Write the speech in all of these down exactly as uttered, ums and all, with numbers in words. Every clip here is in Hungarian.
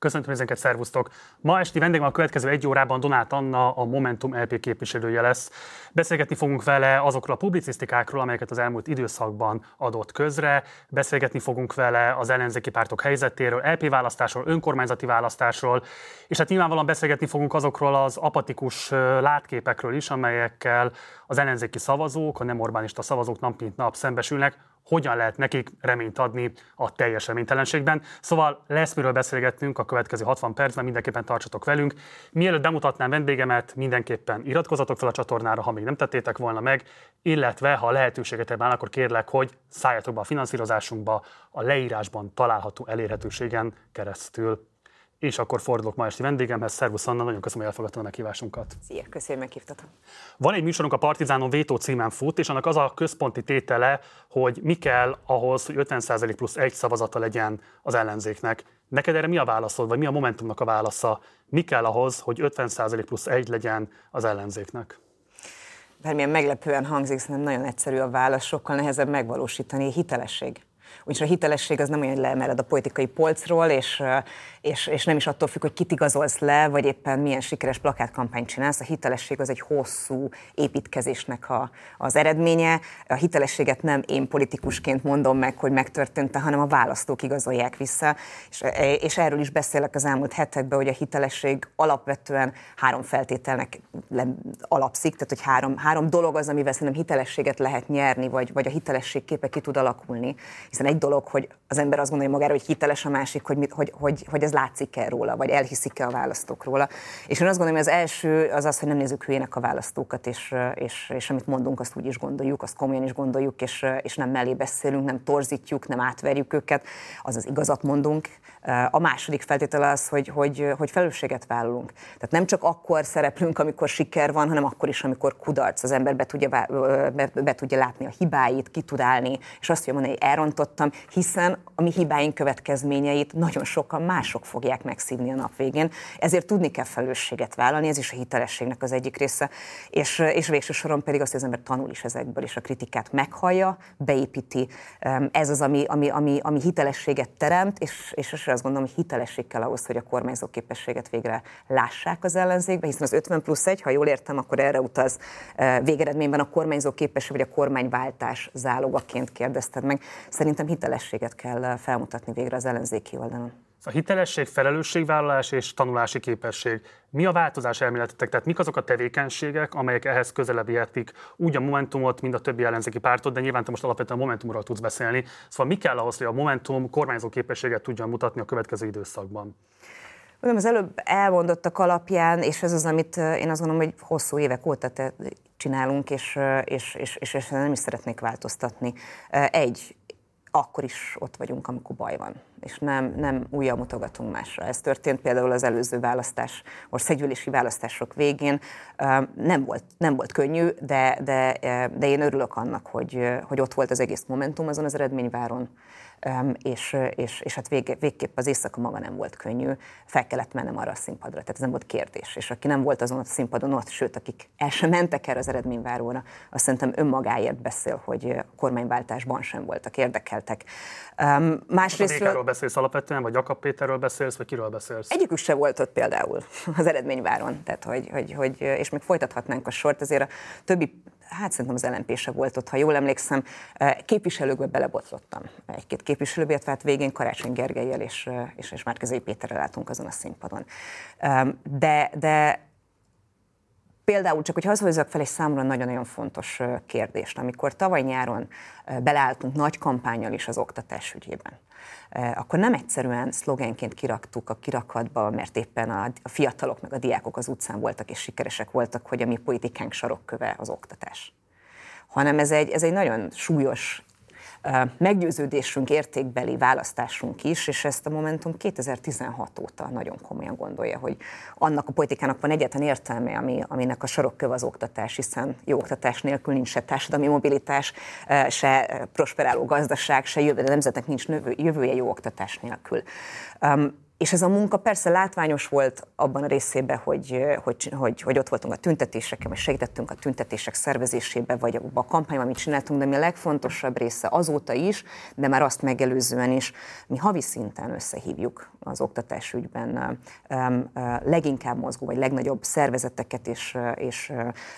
Köszöntöm ezeket, szervusztok! Ma esti vendégem a következő egy órában Donát Anna, a Momentum é pé képviselője lesz. Beszélgetni fogunk vele azokról a publicisztikákról, amelyeket az elmúlt időszakban adott közre. Beszélgetni fogunk vele az ellenzéki pártok helyzetéről, é pé választásról, önkormányzati választásról, és hát nyilvánvalóan beszélgetni fogunk azokról az apatikus látképekről is, amelyekkel az ellenzéki szavazók, a nem Orbánista szavazók nap mint nap szembesülnek. Hogyan lehet nekik reményt adni a teljes reménytelenségben. Szóval lesz miről beszélgetnünk a következő hatvan percben, mindenképpen tartsatok velünk. Mielőtt bemutatnám vendégemet, mindenképpen iratkozzatok fel a csatornára, ha még nem tettétek volna meg, illetve ha lehetőségetek van, akkor kérlek, hogy szálljatok be a finanszírozásunkba a leírásban található elérhetőségen keresztül. És akkor fordulok ma esti vendégemhez. Szervusz Anna, nagyon köszönöm, hogy elfogadtad a meghívásunkat. Szia, köszönöm, meghívtatok. Van egy műsorunk, a Partizánon Vétó címen fut, és annak az a központi tétele, hogy mi kell ahhoz, hogy ötven százalék plusz egy szavazata legyen az ellenzéknek. Neked erre mi a válaszod, vagy mi a Momentumnak a válasza? Mi kell ahhoz, hogy ötven százalék plusz egy legyen az ellenzéknek? Bármilyen meglepően hangzik, szerintem nagyon egyszerű a válasz, sokkal nehezebb megvalósítani, hitelesség. Úgyis a hitelesség az nem olyan, hogy leemeled a politikai polcról, és, és, és nem is attól függ, hogy kit igazolsz le, vagy éppen milyen sikeres plakátkampányt csinálsz. A hitelesség az egy hosszú építkezésnek a, az eredménye. A hitelességet nem én politikusként mondom meg, hogy megtörtént, hanem a választók igazolják vissza. És, és erről is beszélek az elmúlt hetekben, hogy a hitelesség alapvetően három feltételnek alapszik, tehát hogy három, három dolog az, amivel szerintem hitelességet lehet nyerni, vagy, vagy a hitelesség képe ki tud alakulni. Hiszen egy dolog, hogy az ember azt gondolja magára, hogy hiteles, a másik, hogy, mit, hogy, hogy, hogy ez látszik-e róla, vagy elhiszik-e a választók róla. És én azt gondolom, hogy az első az az, hogy nem nézzük hülyének a választókat, és, és, és amit mondunk, azt úgy is gondoljuk, azt komolyan is gondoljuk, és, és nem mellé beszélünk, nem torzítjuk, nem átverjük őket, azaz igazat mondunk. A második feltétel az, hogy, hogy, hogy felelősséget vállalunk. Tehát nem csak akkor szereplünk, amikor siker van, hanem akkor is, amikor kudarc. Az ember be tudja, be, be tudja látni a hibáit, ki tud állni, és azt tudja mondani, hogy elrontottam, hiszen a mi hibáink következményeit nagyon sokan mások fogják megszívni a nap végén. Ezért tudni kell felelősséget vállalni, ez is a hitelességnek az egyik része. És, és végső soron pedig azt, hogy az ember tanul is ezekből, és a kritikát meghallja, beépíti. Ez az, ami, ami, ami, ami hitelességet teremt, és, és azt gondolom, hogy hitelesség kell ahhoz, hogy a kormányzó képességet végre lássák az ellenzékbe, hiszen az ötven plusz egy, ha jól értem, akkor erre utaz végeredményben a kormányzó képesség, vagy a kormányváltás zálogaként kérdezted meg. Szerintem hitelességet kell felmutatni végre az ellenzéki oldalon. A hitelesség, felelősségvállalás és tanulási képesség. Mi a változás elméletetek? Tehát mik azok a tevékenységek, amelyek ehhez közelebb értik úgy a Momentumot, mint a többi ellenzéki pártot, de nyilván te most alapvetően a Momentumról tudsz beszélni. Szóval mi kell ahhoz, hogy a Momentum kormányzó képességet tudjon mutatni a következő időszakban? Az előbb elmondottak alapján, és ez az, amit én azt gondolom, hogy hosszú évek óta te csinálunk, és, és, és, és, és nem is szeretnék változtatni. Egy, akkor is ott vagyunk, amikor baj van, és nem, nem újra mutogatunk másra. Ez történt például az előző választás, országgyűlési választások végén. Nem volt, nem volt könnyű, de, de, de én örülök annak, hogy, hogy ott volt az egész Momentum azon az eredményváron, és, és, és hát vég, végképp az éjszaka maga nem volt könnyű, fel kellett mennem arra a színpadra, tehát ez nem volt kérdés. És aki nem volt azon a színpadon ott, sőt, akik el sem mentek erre az eredményváróra, azt szerintem önmagáért beszél, hogy a kormányváltásban sem voltak érdekeltek. Um, Másrésztről... A bé ká-ről beszélsz alapvetően, vagy Jakab Péterről beszélsz, vagy kiről beszélsz? Egyikük se volt ott például az eredményváron, tehát hogy, hogy, hogy, és még folytathatnánk a sort, azért a többi, hát szerintem az el en pé se volt ott, ha jól emlékszem, képviselőkbe belebotlottam. Egy-két képviselőbe, illetve hát végén Karácsony Gergellyel és, és, és Márki-Zay Péterrel álltunk azon a színpadon. De, de például csak, hogy hazahozzak fel egy számomra nagyon-nagyon fontos kérdést, amikor tavaly nyáron beleálltunk nagy kampánnyal is az oktatás ügyében, akkor nem egyszerűen szlogenként kiraktuk a kirakatba, mert éppen a fiatalok meg a diákok az utcán voltak és sikeresek voltak, hogy a mi politikánk sarokköve az oktatás. Hanem ez egy, ez egy nagyon súlyos meggyőződésünk, értékbeli választásunk is, és ezt a Momentum kétezer-tizenhat óta nagyon komolyan gondolja, hogy annak a politikának van egyetlen értelme, ami, aminek a sarokköve az oktatás, hiszen jó oktatás nélkül nincs se társadalmi mobilitás, se prosperáló gazdaság, se jövő, de nemzetnek nincs jövője jó oktatás nélkül. És ez a munka persze látványos volt abban a részében, hogy, hogy, hogy, hogy ott voltunk a tüntetéseken, vagy segítettünk a tüntetések szervezésébe, vagy a kampányban, amit csináltunk, de mi a legfontosabb része azóta is, de már azt megelőzően is, mi havi szinten összehívjuk az oktatásügyben leginkább mozgó, vagy legnagyobb szervezeteket és, és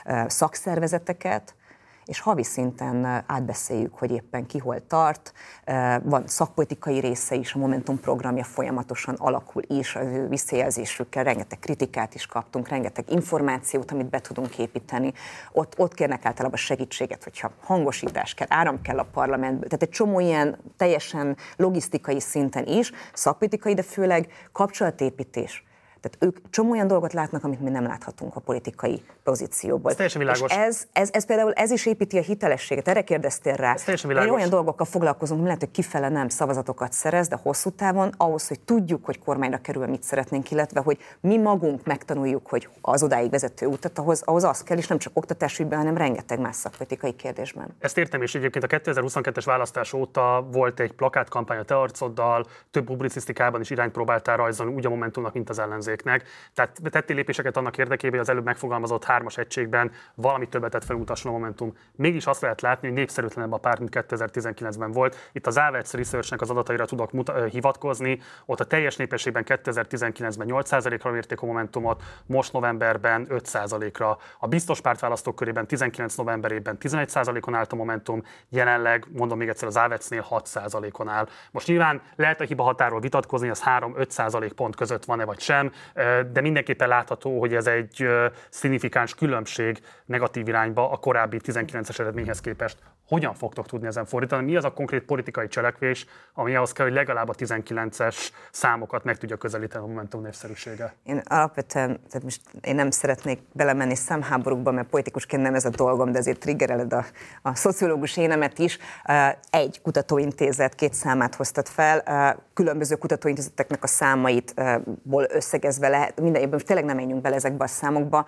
szakszervezeteket, és havi szinten átbeszéljük, hogy éppen ki hol tart. Van szakpolitikai része is, a Momentum programja folyamatosan alakul is, az ő visszajelzésükkel rengeteg kritikát is kaptunk, rengeteg információt, amit be tudunk építeni. Ott, ott kérnek általában segítséget, hogyha hangosítás kell, áram kell a parlamentből. Tehát egy csomó ilyen teljesen logisztikai szinten is, szakpolitikai, de főleg kapcsolatépítés. Tehát ők csomó olyan dolgot látnak, amit mi nem láthatunk a politikai pozícióból. Ez teljesen világos. És ez, ez, ez például ez is építi a hitelességet. Erre kérdeztél rá. Ez teljesen világos. Olyan dolgokkal foglalkozunk, lehet, hogy kifele nem szavazatokat szerez, de hosszú távon ahhoz, hogy tudjuk, hogy kormányra kerül, mit szeretnénk, illetve hogy mi magunk megtanuljuk, hogy az odáig vezető utat, ahhoz, ahhoz az kell, és nem csak oktatásügyben, hanem rengeteg más szakpolitikai kérdésben. Ezt értem, és egyébként a kétezer-huszonkettes választás óta volt egy plakátkampány a te arcoddal, több publicisztikában is irányt próbáltál rajzolni, úgy a Momentumnak, mint az ellenzéknek. Tehát tettél lépéseket annak érdekében, hogy az előbb megfogalmazott hármas egységben valami többet tett felmutasson a Momentum. Mégis azt lehet látni, hogy népszerűtlenebb a párt, mint kétezer-tizenkilencben volt. Itt az Avets Researchnek az adataira tudok muta- hivatkozni. Ott a teljes népességben kétezer-tizenkilencben nyolc százalékra mérték a Momentumot, most novemberben öt százalékra. A biztos pártválasztók körében tizenkilenc novemberében tizenegy százalékon állt a Momentum, jelenleg, mondom még egyszer, az Avetsnél hat százalékon áll. Most nyilván lehet a hiba határól vitatkozni, az három-öt százalék pont között van-e vagy sem, de mindenképpen látható, hogy ez egy szignifikáns különbség negatív irányba a korábbi tizenkilences eredményhez képest. Hogyan fogtok tudni ezen fordítani? Mi az a konkrét politikai cselekvés, ami ahhoz kell, hogy legalább a tizenkilences számokat meg tudja közelíteni a Momentum népszerűsége? Én alapvetően, tehát most én nem szeretnék belemenni számháborúkba, mert politikusként nem ez a dolgom, de azért triggereled a, a szociológus énemet is. Egy kutatóintézet két számát hoztad fel, különböző kutatóintézeteknek a számaitból összegezve lehet, minden évben most tényleg nem menjünk bele ezekbe a számokba,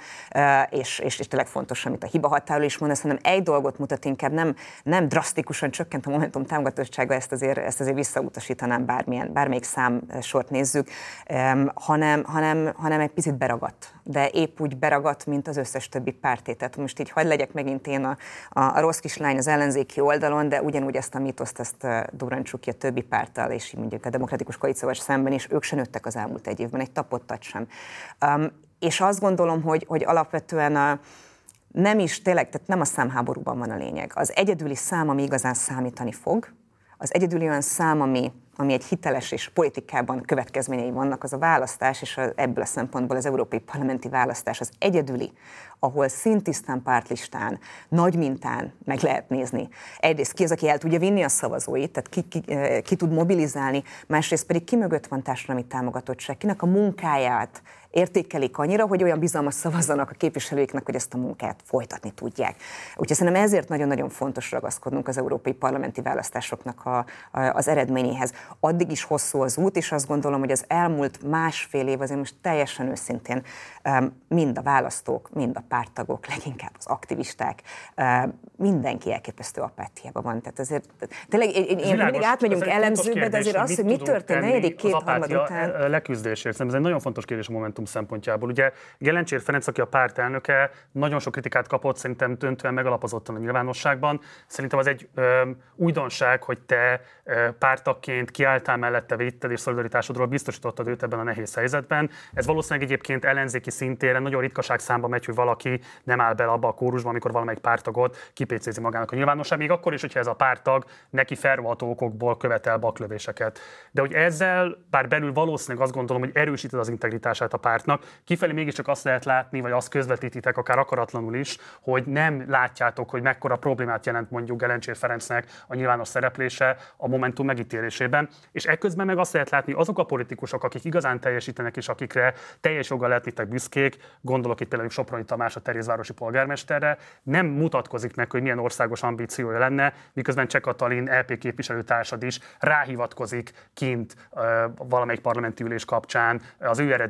és, és, és tényleg fontos, amit a hiba határól is mondasz, hanem egy dolgot mutat inkább, nem nem drasztikusan csökkent a Momentum támogatottsága, ezt azért, ezt azért visszautasítanám bármilyen, bármelyik számsort nézzük, um, hanem, hanem, hanem egy picit beragadt, de épp úgy beragadt, mint az összes többi párté. Tehát most így hagyd legyek megint én a, a, a rossz kislány az ellenzéki oldalon, de ugyanúgy ezt a mitoszt, ezt durrantsuk ki a többi párttal, és így mondjuk a demokratikus koalícióval szemben is, ők se nőttek az elmúlt egy évben, egy tapottat sem. Um, és azt gondolom, hogy, hogy alapvetően a nem is, tényleg, tehát nem a számháborúban van a lényeg. Az egyedüli szám, ami igazán számítani fog, az egyedüli olyan szám, ami, ami egy hiteles és politikában következményei vannak, az a választás, és ebből a szempontból az európai parlamenti választás az egyedüli, ahol szintisztán pártlistán, nagy mintán meg lehet nézni. Egyrészt ki az, aki el tudja vinni a szavazóit, tehát ki, ki, ki tud mobilizálni, másrészt pedig ki mögött van társadalmi támogatottság, kinek a munkáját értékelik annyira, hogy olyan bizalmas szavazzanak a képviselőiknek, hogy ezt a munkát folytatni tudják. Úgyhogy szerintem ezért nagyon-nagyon fontos ragaszkodnunk az európai parlamenti választásoknak a, a, az eredményéhez. Addig is hosszú az út, és azt gondolom, hogy az elmúlt másfél év, azért most teljesen őszintén, mind a választók, mind a párttagok, leginkább az aktivisták, mindenki elképesztő apátiában van. Tehát azért, tényleg én, én mindig átmegyünk elemzőbe, de azért az, hogy mi történt negyedik kétharmad után. Leküzdésért. Ez egy nagyon fontos kérdés a Momentum szempontjából. Ugye Gelencsér Ferenc, aki a párt elnöke, nagyon sok kritikát kapott, szerintem döntően megalapozottan a nyilvánosságban. Szerintem az egy ö, újdonság, hogy te ö, pártagként kiálltál mellette, védted és szolidaritásodról biztosítottad őt ebben a nehéz helyzetben. Ez valószínűleg egyébként ellenzéki szintéren nagyon ritkaság számba megy, hogy valaki nem áll bele abba a kórusba, amikor valamelyik párttagot kipécézi magának a nyilvánosság, még akkor is, hogyha ez a párttag neki felroható okokból követel baklövéseket. De hogy ezzel, bár belül valószínűleg azt gondolom, hogy erősíted az integritását a pártnak, kifelé mégiscsak azt lehet látni, vagy azt közvetítitek akár akaratlanul is, hogy nem látjátok, hogy mekkora problémát jelent mondjuk Gelencsér Ferencnek a nyilvános szereplése a Momentum megítélésében. És ekközben meg azt lehet látni, azok a politikusok, akik igazán teljesítenek és akikre teljes joggal lehetnétek büszkék, gondolok itt például Soproni Tamás, a Terézvárosi polgármesterre, nem mutatkozik meg, hogy milyen országos ambíciója lenne, miközben Cseh Katalin é pé képviselőtársad is ráhivatkozik kint uh, valamelyik parlamenti ülés kapcsán az ő eredményeivel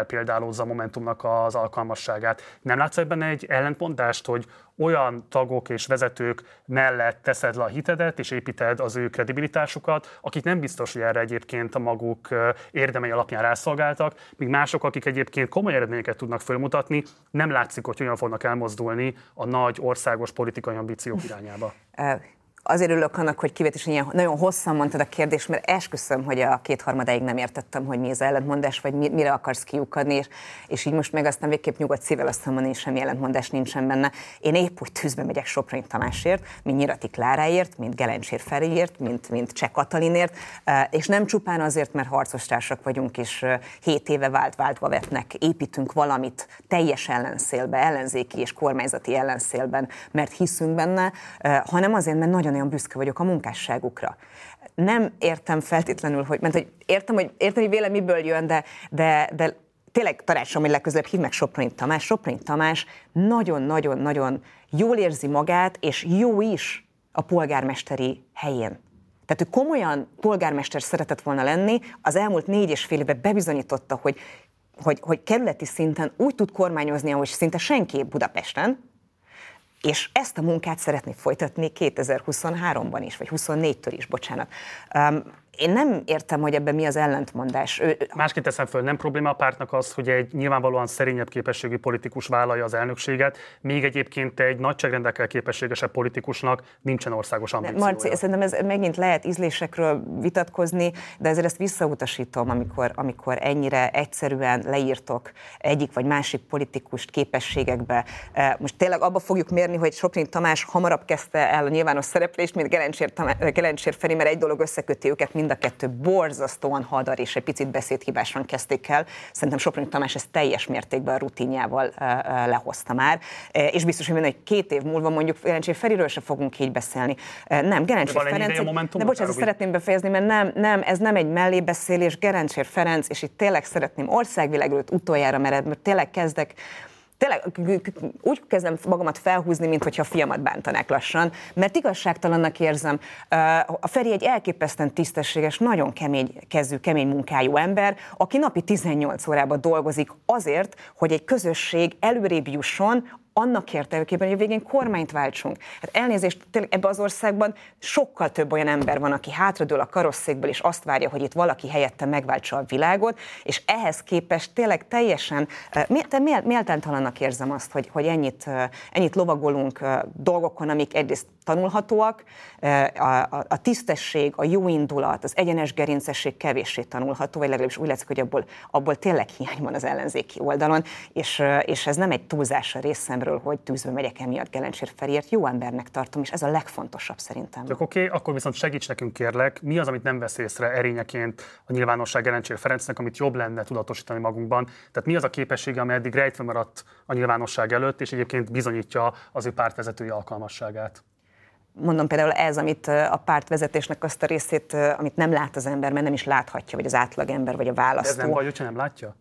bepéldálózza a Momentumnak az alkalmasságát. Nem látsz ebben egy ellentmondást, hogy olyan tagok és vezetők mellett teszed le a hitedet, és építed az ő kredibilitásukat, akik nem biztos, hogy erre egyébként a maguk érdemei alapján rászolgáltak, míg mások, akik egyébként komoly eredményeket tudnak fölmutatni, nem látszik, hogy hogyan fognak elmozdulni a nagy országos politikai ambíciók irányába. Azért örülök annak, hogy kivételesen ilyen nagyon hosszan mondtad a kérdést, mert esküszöm, hogy a kétharmadáig nem értettem, hogy mi az ellentmondás, vagy mire akarsz kiukadni, és, és így most meg aztán végképp nyugodt szívvel azt mondani, hogy semmi ellentmondás nincsen benne. Én épp úgy tűzbe megyek Soproni Tamásért, mint Nyirati Kláráért, mint Gelencsér Feriért, mint, mint Cseh Katalinért, és nem csupán azért, mert harcos társak vagyunk, és hét éve vált-váltva vetnek, építünk valamit teljes ellenszélbe, ellenzéki és kormányzati ellenszélben, mert hiszünk benne, hanem azért, mert nagyon nagyon büszke vagyok a munkásságukra. Nem értem feltétlenül, hogy, mert hogy értem, hogy, értem, hogy vélem miből jön, de, de, de tényleg tanácsom, hogy legközelebb hív meg Soproni Tamás. Soproni Tamás nagyon-nagyon-nagyon jól érzi magát, és jó is a polgármesteri helyén. Tehát ő komolyan polgármester szeretett volna lenni, az elmúlt négy és fél évben bebizonyította, hogy, hogy, hogy kerületi szinten úgy tud kormányozni, ahogy szinte senki Budapesten, és ezt a munkát szeretnék folytatni kétezer-huszonháromban is, vagy huszonnégytől is, bocsánat. Um, Én nem értem, hogy ebben mi az ellentmondás. Ő... Másként teszem föl, nem probléma a pártnak az, hogy egy nyilvánvalóan szerényebb képességű politikus vállalja az elnökséget, még egyébként egy nagyságrendekkel képességesebb politikusnak nincsen országos ambíciója. Marci, szerintem ez megint lehet ízlésekről vitatkozni, de ezért ezt visszautasítom, amikor, amikor ennyire egyszerűen leírtok egyik vagy másik politikust képességekbe. Most tényleg abba fogjuk mérni, hogy Soproni Tamás hamarabb kezdte el a nyilvános szereplést, mint Gelencsér, Gelencsér Feri, mert egy dolog összeköti őket, mind a kettő borzasztóan hadar, és egy picit beszédhibásan kezdték el. Szerintem Soproni Tamás ezt teljes mértékben a rutinjával uh, uh, lehozta már. Uh, és biztos, hogy benne, hogy két év múlva mondjuk Gelencsér Feriről se fogunk így beszélni. Uh, nem, Gelencsér Ferenc... De bocsánat, szeretném befejezni, mert nem, nem, ez nem egy mellébeszélés, Gelencsér Ferenc, és itt tényleg szeretném országvilág előtt utoljára, mert, mert tényleg kezdek Tényleg úgy kezdem magamat felhúzni, mint hogyha a fiamat bántanák lassan, mert igazságtalannak érzem. A Feri egy elképesztően tisztességes, nagyon kemény kezű, kemény munkájú ember, aki napi tizennyolc órában dolgozik azért, hogy egy közösség előrébb jusson, annak érdekében, hogy a végén kormányt váltsunk. Hát elnézést, tényleg ebben az országban sokkal több olyan ember van, aki hátradől a karosszékből, és azt várja, hogy itt valaki helyette megváltsa a világot, és ehhez képest tényleg teljesen, méltánytalannak érzem azt, hogy, hogy ennyit, ennyit lovagolunk dolgokon, amik egyrészt tanulhatóak, a, a, a tisztesség, a jó indulat, az egyenes gerincesség kevéssé tanulható, vagy legalábbis úgy látszik, hogy abból, abból tényleg hiány van az ellenzéki oldalon, és, és ez nem egy túlzás a részemről, hogy tűzbe megyek emiatt Gelencsér Feriért, jó embernek tartom, és ez a legfontosabb szerintem. Oké, okay, akkor viszont segíts nekünk, kérlek, mi az, amit nem vesz észre erényeként a nyilvánosság Gelencsér Ferencnek, amit jobb lenne tudatosítani magunkban? Tehát mi az a képessége, ami eddig rejtve maradt a nyilvánosság előtt, és egyébként bizonyítja az ő pártvezetői alkalmasságát? Mondom például ez, amit a pártvezetésnek azt a részét, amit nem lát az ember, mert nem is láthatja, vagy az átlagember, vagy a választó. De ez nem baj, hogyha nem látja?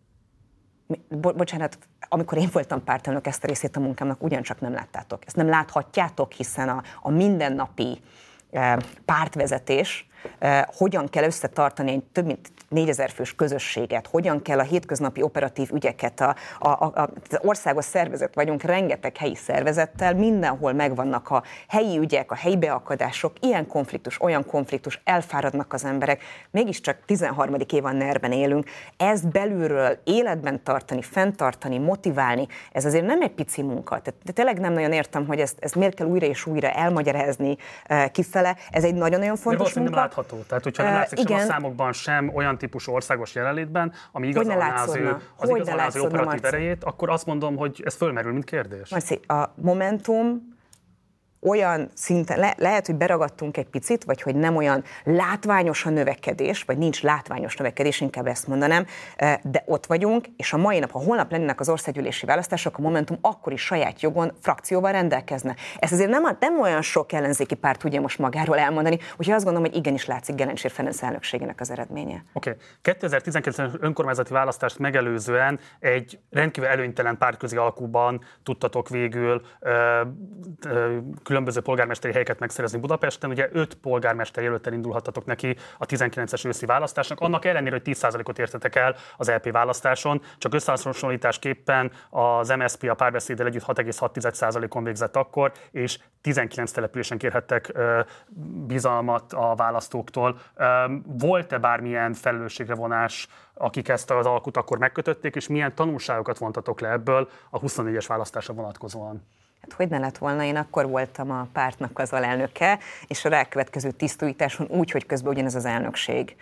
Bo- bocsánat, amikor én voltam pártelnök, ezt a részét a munkámnak ugyancsak nem láttátok. Ezt nem láthatjátok, hiszen a, a mindennapi e, pártvezetés, e, hogyan kell összetartani egy több mint négyezer fős közösséget, hogyan kell a hétköznapi operatív ügyeket, a, a, a, az országos szervezet vagyunk, rengeteg helyi szervezettel, mindenhol megvannak a helyi ügyek, a helyi beakadások, ilyen konfliktus, olyan konfliktus, elfáradnak az emberek, mégiscsak tizenharmadik év a nerben élünk, ezt belülről életben tartani, fenntartani, motiválni, ez azért nem egy pici munka. Tehát de tényleg nem nagyon értem, hogy ezt, ezt miért kell újra és újra elmagyarázni uh, kifele, ez egy nagyon-nagyon fontos munka. Nem látható. Tehát, hogyha nem látszik uh, sem a számokban, sem olyan típusú országos jelenlétben, ami igazolná az ő, az igazolná az ő operatív erejét, akkor azt mondom, hogy ez fölmerül, mint kérdés. Marci, a Momentum olyan szinten, le, lehet, hogy beragadtunk egy picit, vagy hogy nem olyan látványos a növekedés, vagy nincs látványos növekedés, inkább ezt mondanám, de ott vagyunk, és a mai nap, ha holnap lennének az országgyűlési választások, a Momentum akkor is saját jogon frakcióval rendelkezne. Ez azért nem, nem olyan sok ellenzéki párt tudja most magáról elmondani, úgyhogy azt gondolom, hogy igenis látszik Gelencsér Ferenc elnökségének az eredménye. Oké. Okay. kétezer-tizenkilences önkormányzati választást megelőzően egy rendkívül előnytelen pártközi alkuban tudtatok végül ö, ö, különböző polgármesteri helyeket megszerezni Budapesten. Ugye öt polgármester jelölten indulhattatok neki a tizenkilences őszi választásnak, annak ellenére, hogy tíz százalékot értetek el az é pé választáson, csak összehasonlításképpen az em es zé pé a Párbeszéddel együtt hat egész hat százalékon végzett akkor, és tizenkilenc településen kérhettek ö, bizalmat a választóktól. Ö, volt-e bármilyen felelősségre vonás, akik ezt az alkut akkor megkötötték, és milyen tanulságokat vontatok le ebből a huszonnégyes választásra vonatkozóan? Hát hogy ne lett volna, én akkor voltam a pártnak az alelnöke, és a rákövetkező tisztújításon úgy, hogy közben ugyanez az elnökség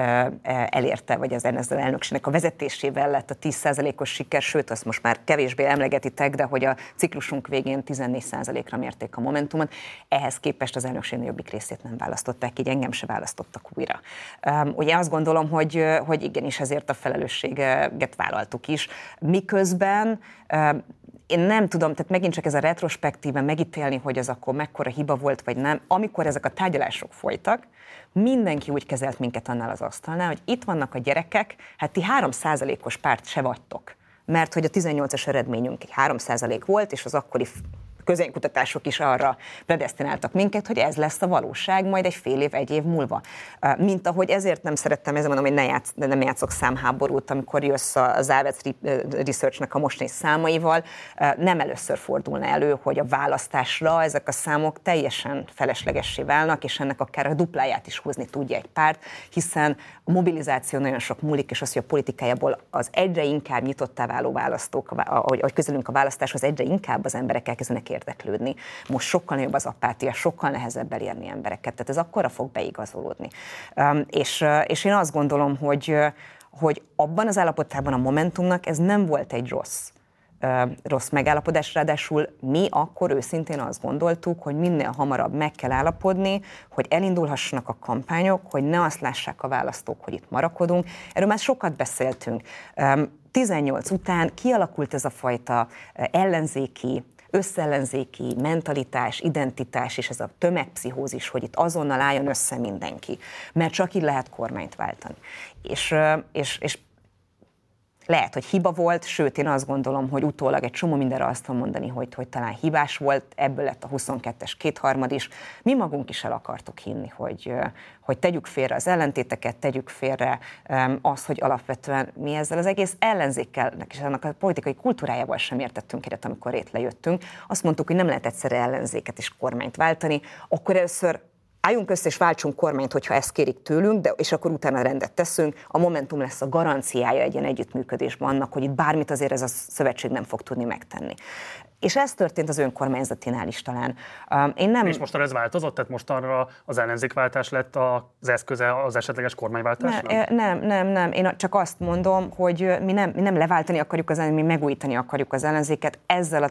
elérte, vagy az az elnökségnek a vezetésével lett a tíz százalékos siker, sőt, azt most már kevésbé emlegetitek, de hogy a ciklusunk végén tizennégy százalékra mérték a Momentumot, ehhez képest az elnökség jobbik részét nem választották, így engem se választottak újra. Ugye azt gondolom, hogy, hogy igenis ezért a felelősséget vállaltuk is, miközben én nem tudom, tehát megint csak ez a retrospektíven megítélni, hogy az akkor mekkora hiba volt, vagy nem. Amikor ezek a tárgyalások folytak, mindenki úgy kezelt minket annál az asztalnál, hogy itt vannak a gyerekek, hát ti három százalékos párt se vagytok. Mert hogy a tizennyolcas eredményünk egy három százalék volt, és az akkori közönkutatások is arra predesztináltak minket, hogy ez lesz a valóság majd egy fél év, egy év múlva. Mint ahogy ezért nem szerettem, ezzel mondom, hogy ne játsz, nem játszok számháborút, amikor jössz az Álvec Research-nek a mostani számaival, nem először fordulna elő, hogy a választásra ezek a számok teljesen feleslegessé válnak, és ennek akár a dupláját is húzni tudja egy párt, hiszen a mobilizáció nagyon sok múlik, és az, hogy a politikájából az egyre inkább nyitottá váló választók, ahogy közelünk a választáshoz, egyre inkább az emberek elkezdenek érdeklődni. Most sokkal nagyobb az apátia, sokkal nehezebb elérni embereket, tehát ez akkora fog beigazolódni. Um, és, és én azt gondolom, hogy, hogy abban az állapotában a Momentumnak ez nem volt egy rossz, uh, rossz megállapodás, ráadásul mi akkor őszintén azt gondoltuk, hogy minél hamarabb meg kell állapodni, hogy elindulhassanak a kampányok, hogy ne azt lássák a választók, hogy itt marakodunk. Erről már sokat beszéltünk. Um, tizennyolc után kialakult ez a fajta ellenzéki, összellenzéki mentalitás, identitás és ez a tömegpszichózis, hogy itt azonnal álljon össze mindenki, mert csak így lehet kormányt váltani. És, és, és lehet, hogy hiba volt, sőt, én azt gondolom, hogy utólag egy csomó mindenre azt tudom mondani, hogy, hogy talán hibás volt, ebből lett a huszonkettes kétharmad is. Mi magunk is el akartuk hinni, hogy, hogy tegyük félre az ellentéteket, tegyük félre azt, hogy alapvetően mi ezzel az egész ellenzékkel, és annak a politikai kultúrájával sem értettünk egyet, amikor itt lejöttünk. Azt mondtuk, hogy nem lehet egyszerre ellenzéket és kormányt váltani, akkor először álljunk össze és váltsunk kormányt, hogyha ezt kérik tőlünk, de, és akkor utána rendet teszünk. A Momentum lesz a garanciája egy ilyen együttműködésben annak, hogy itt bármit azért ez a szövetség nem fog tudni megtenni. És ez történt az önkormányzatinál is talán. Én nem... És most ez változott? Tehát most arra az ellenzékváltás lett az eszköze az esetleges kormányváltásnak? Ne, nem, nem, nem. Én csak azt mondom, hogy mi nem, mi nem leváltani akarjuk az ellenzéket, mi megújítani akarjuk az ellenzéket. Ezzel a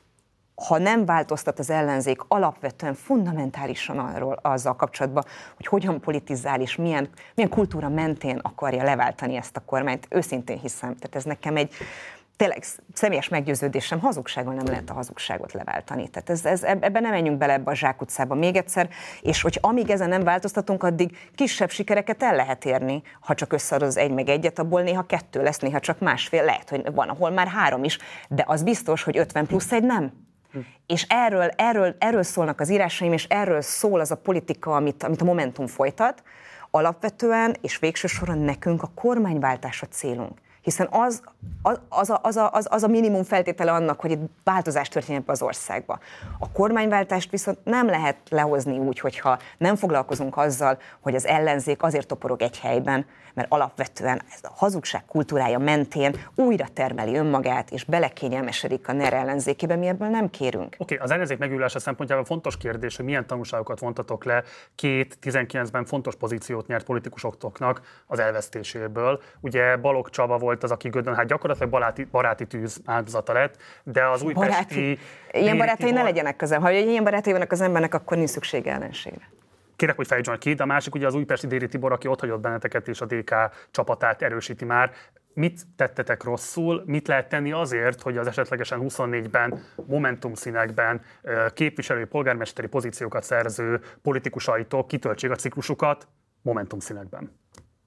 ha nem változtat az ellenzék alapvetően fundamentálisan arról azzal kapcsolatban, hogy hogyan politizál és milyen, milyen kultúra mentén akarja leváltani ezt a kormányt, őszintén hiszem. Tehát ez nekem egy tényleg személyes meggyőződésem, hazugsággal nem lehet a hazugságot leváltani. Tehát ez, ez, ebben nem menjünk bele ebbe a zsákutcába még egyszer, és hogy amíg ezen nem változtatunk, addig kisebb sikereket el lehet érni, ha csak összead az egy meg egyet, abból néha kettő lesz, néha csak másfél, lehet, hogy van, ahol már három is, de az biztos, hogy ötven plusz egy nem. Hm. És erről, erről, erről szólnak az írásaim, és erről szól az a politika, amit, amit a Momentum folytat. Alapvetően, és végső soron nekünk a kormányváltás a célunk. Hiszen az, az, az, a, az, a, az, az a minimum feltétele annak, hogy itt változás történjen ebbe az országba. A kormányváltást viszont nem lehet lehozni úgy, hogyha nem foglalkozunk azzal, hogy az ellenzék azért toporog egy helyben, mert alapvetően ez a hazugság kultúrája mentén újra termeli önmagát, és belekényelmesedik a NER ellenzékébe, mi ebből nem kérünk. Oké, okay, az ellenzék megújulása szempontjából fontos kérdés, hogy milyen tanulságokat vontatok le két tizenkilencben fontos pozíciót nyert politikusoknak az elvesztéséből. Ugye Balogh Csaba volt az, aki Gödön, hát gyakorlatilag baráti, baráti tűz áldozata lett, de az újpesti... Baráti. Ilyen barátai ne legyenek közem. Ha ilyen barátai vannak az embernek, akkor nincs szükség ellenségre. Kérek, hogy fejtsd ki, de a másik ugye az újpesti Déri Tibor, aki otthagyott benneteket és a dé ká csapatát erősíti már. Mit tettetek rosszul, mit lehet tenni azért, hogy az esetlegesen huszonnégyben, Momentum színekben képviselői polgármesteri pozíciókat szerző politikusaitok kitöltsék a ciklusukat Momentum színekben?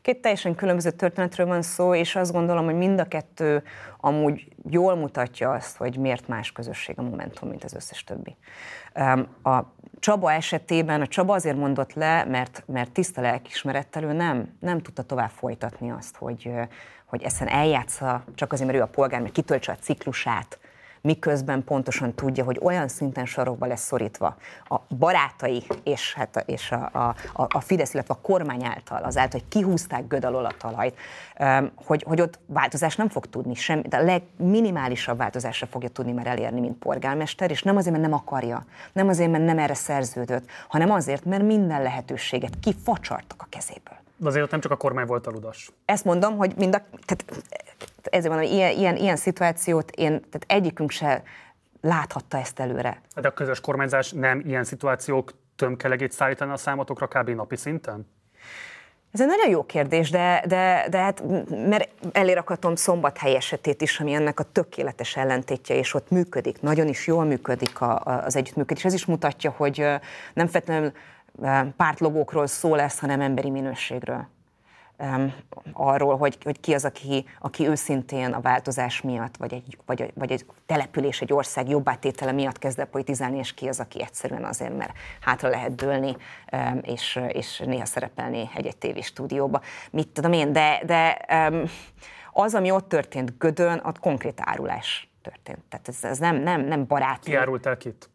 Két teljesen különböző történetről van szó, és azt gondolom, hogy mind a kettő amúgy jól mutatja azt, hogy miért más közösség a Momentum, mint az összes többi. A Csaba esetében, a Csaba azért mondott le, mert, mert tiszta lelkiismerettel ő nem, nem tudta tovább folytatni azt, hogy, hogy eszen eljátsza, csak azért, mert ő a polgár, mert kitöltse a ciklusát, miközben pontosan tudja, hogy olyan szinten sarokba lesz szorítva a barátai és, hát, és a, a, a Fidesz, illetve a kormány által, azáltal, hogy kihúzták Göd alól a talajt, hogy, hogy ott változást nem fog tudni, sem, de a legminimálisabb változásra fogja tudni már elérni, mint polgármester, és nem azért, mert nem akarja, nem azért, mert nem erre szerződött, hanem azért, mert minden lehetőséget kifacsartak a kezéből. De azért ott nem csak a kormány volt a ludas. Ezt mondom, hogy mind a, tehát ezért mondom, hogy ilyen, ilyen, ilyen szituációt én, tehát egyikünk se láthatta ezt előre. De a közös kormányzás nem ilyen szituációk tömkelegét szállítani a számotokra kb. Napi szinten? Ez egy nagyon jó kérdés, de, de, de hát, mert elérakatom Szombathely esetét is, ami ennek a tökéletes ellentétje, és ott működik, nagyon is jól működik a, a, az együttműködés. Ez is mutatja, hogy nem feltétlenül pártlogókról szó lesz, hanem emberi minőségről. Um, arról, hogy, hogy ki az, aki, aki őszintén a változás miatt, vagy egy, vagy, vagy egy település, egy ország jobbátétele miatt kezd el politizálni, és ki az, aki egyszerűen azért, mert hátra lehet dőlni, um, és, és néha szerepelni egy-egy tévéstúdióba. Mit tudom én, de, de um, az, ami ott történt Gödön, ott konkrét árulás történt. Tehát ez, ez nem, nem, nem baráti. Ki árultál kit?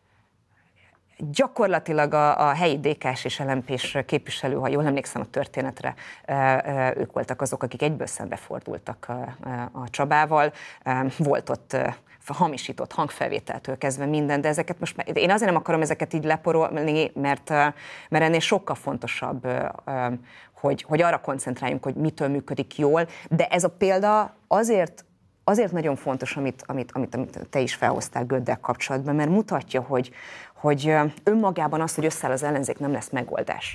Gyakorlatilag a, a helyi dé ká-s és el em pés képviselő, ha jól emlékszem a történetre, ők voltak azok, akik egyből szembefordultak a, a Csabával. Volt ott hamisított hangfelvételtől kezdve minden, de ezeket most, én azért nem akarom ezeket így leporolni, mert, mert ennél sokkal fontosabb, hogy, hogy arra koncentráljunk, hogy mitől működik jól, de ez a példa azért Azért nagyon fontos, amit, amit, amit, amit te is felhoztál Göddel kapcsolatban, mert mutatja, hogy, hogy önmagában az, hogy összeáll az ellenzék, nem lesz megoldás.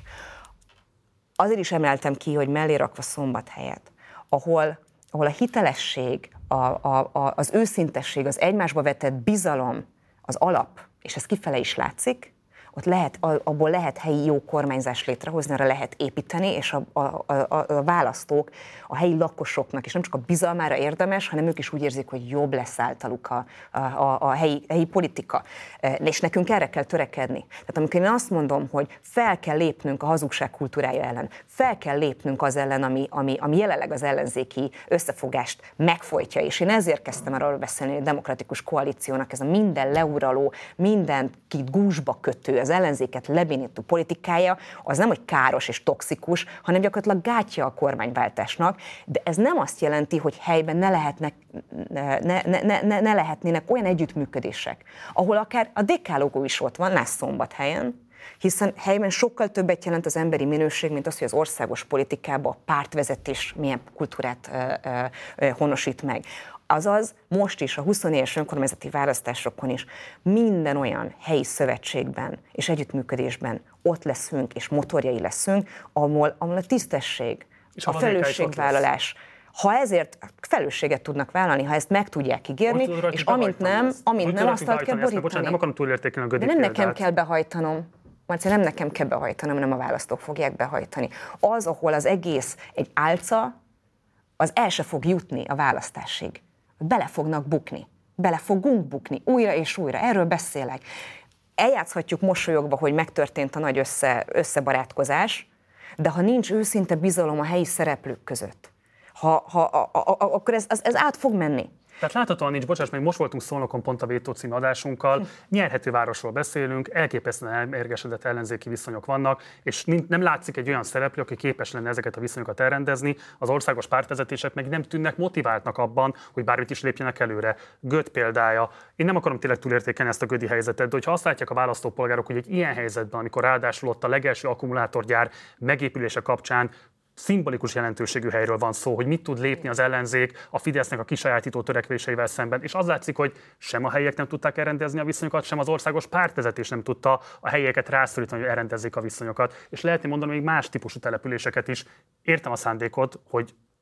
Azért is emeltem ki, hogy mellé rakva Szombathelyet, ahol, ahol a hitelesség, a, a, a, az őszintesség, az egymásba vetett bizalom az alap, és ez kifele is látszik, ott lehet, abból lehet helyi jó kormányzás létrehozni, arra lehet építeni, és a, a, a, a választók a helyi lakosoknak, és nem csak a bizalmára érdemes, hanem ők is úgy érzik, hogy jobb lesz általuk a, a, a helyi, helyi politika. És nekünk erre kell törekedni. Tehát amikor én azt mondom, hogy fel kell lépnünk a hazugság kultúrája ellen, fel kell lépnünk az ellen, ami, ami, ami jelenleg az ellenzéki összefogást megfojtja, és én ezért kezdtem arról beszélni, hogy a demokratikus koalíciónak ez a minden leuraló, mindenkit gúzsba kötő, az ellenzéket lebénítő politikája, az nem, hogy káros és toxikus, hanem gyakorlatilag gátja a kormányváltásnak, de ez nem azt jelenti, hogy helyben ne, lehetnek, ne, ne, ne, ne, ne lehetnének olyan együttműködések, ahol akár a dé ká logó is ott van, láss Szombathelyen, hiszen helyben sokkal többet jelent az emberi minőség, mint az, hogy az országos politikában a pártvezetés milyen kultúrát ö, ö, ö, honosít meg. Azaz most is a huszonnégyes önkormányzati választásokon is minden olyan helyi szövetségben és együttműködésben ott leszünk és motorjai leszünk, ahol, ahol a tisztesség, és a felelősségvállalás, ha ezért felelősséget tudnak vállalni, ha ezt meg tudják ígérni, és amint nem, amint nem, asztalt kell borítani. Bocsánat, nem akarom túlértékelni a Gödi De nem példát. nekem kell behajtanom. Marci, nem nekem kell behajtanom, hanem a választók fogják behajtani. Az, ahol az egész egy álca, az el se fog jutni a választásig. Bele fognak bukni. Bele fogunk bukni. Újra és újra. Erről beszélek. Eljátszhatjuk mosolyogva, hogy megtörtént a nagy össze, összebarátkozás, de ha nincs őszinte bizalom a helyi szereplők között, ha, ha, a, a, a, akkor ez, ez, ez át fog menni. Tehát láthatóan nincs, bocsáss, meg most voltunk Szolnokon pont a Vétó című adásunkkal, hm. nyerhető városról beszélünk, elképesztően elmérgesedett ellenzéki viszonyok vannak, és nem látszik egy olyan szereplő, aki képes lenne ezeket a viszonyokat elrendezni, az országos pártvezetések meg nem tűnnek motiváltnak abban, hogy bármit is lépjenek előre. Göd példája. Én nem akarom tényleg túlértékelni ezt a gödi helyzetet, de hogyha azt látják a választópolgárok, hogy egy ilyen helyzetben, amikor ráadásul ott a legelső akkumulátorgyár megépülése kapcsán szimbolikus jelentőségű helyről van szó, hogy mit tud lépni az ellenzék a Fidesznek a kisajátító törekvéseivel szemben. És az látszik, hogy sem a helyiek nem tudták elrendezni a viszonyokat, sem az országos pártvezetés nem tudta a helyieket rászorítani, hogy elrendezzék a viszonyokat. És lehetne mondani még más típusú településeket is. Értem a szándékot, hogy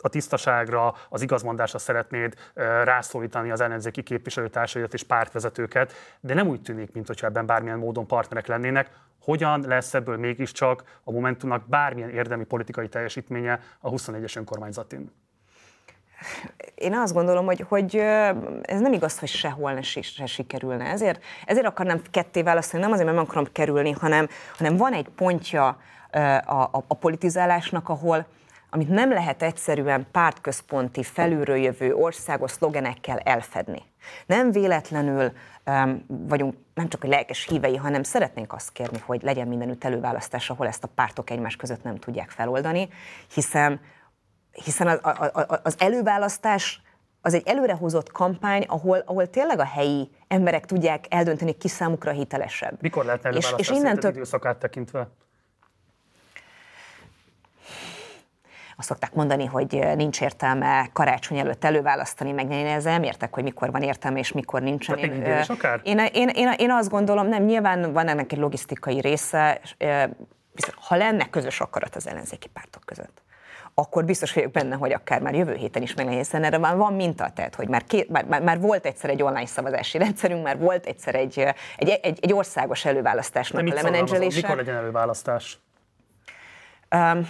a tisztaságra, az igazmondásra szeretnéd rászólítani az ellenzéki képviselőtársaidat és pártvezetőket, de nem úgy tűnik, mintha ebben bármilyen módon partnerek lennének. Hogyan lesz ebből mégiscsak a Momentumnak bármilyen érdemi politikai teljesítménye a huszonegyes önkormányzatin? Én azt gondolom, hogy, hogy ez nem igaz, hogy sehol ne se sikerülne. Ezért, ezért akarnám ketté választani, nem azért, mert meg akarom kerülni, hanem, hanem van egy pontja a, a, a politizálásnak, ahol amit nem lehet egyszerűen pártközponti, felülről jövő országos szlogenekkel elfedni. Nem véletlenül um, vagyunk nem csak a lelkes hívei, hanem szeretnénk azt kérni, hogy legyen mindenütt előválasztás, ahol ezt a pártok egymás között nem tudják feloldani, hiszen, hiszen az, az előválasztás az egy előrehozott kampány, ahol, ahol tényleg a helyi emberek tudják eldönteni, ki számukra hitelesebb. Mikor lehetne előválasztás és, és innentől... időszakát tekintve? Azt szokták mondani, hogy nincs értelme karácsony előtt előválasztani, meg én ezzel nem értek, hogy mikor van értelme és mikor nincsen. Tehát én, is akár? Én, én, én, én azt gondolom, nem, nyilván van ennek egy logisztikai része, ha lenne közös akarat az ellenzéki pártok között, akkor biztos vagyok benne, hogy akár már jövő héten is meg lehet, hiszen erre már van minta, tehát, hogy már, két, már, már, már volt egyszer egy online szavazási rendszerünk, már volt egyszer egy, egy, egy, egy országos előválasztásnak a lemenedzselése. Mikor legyen előválasztás? Um,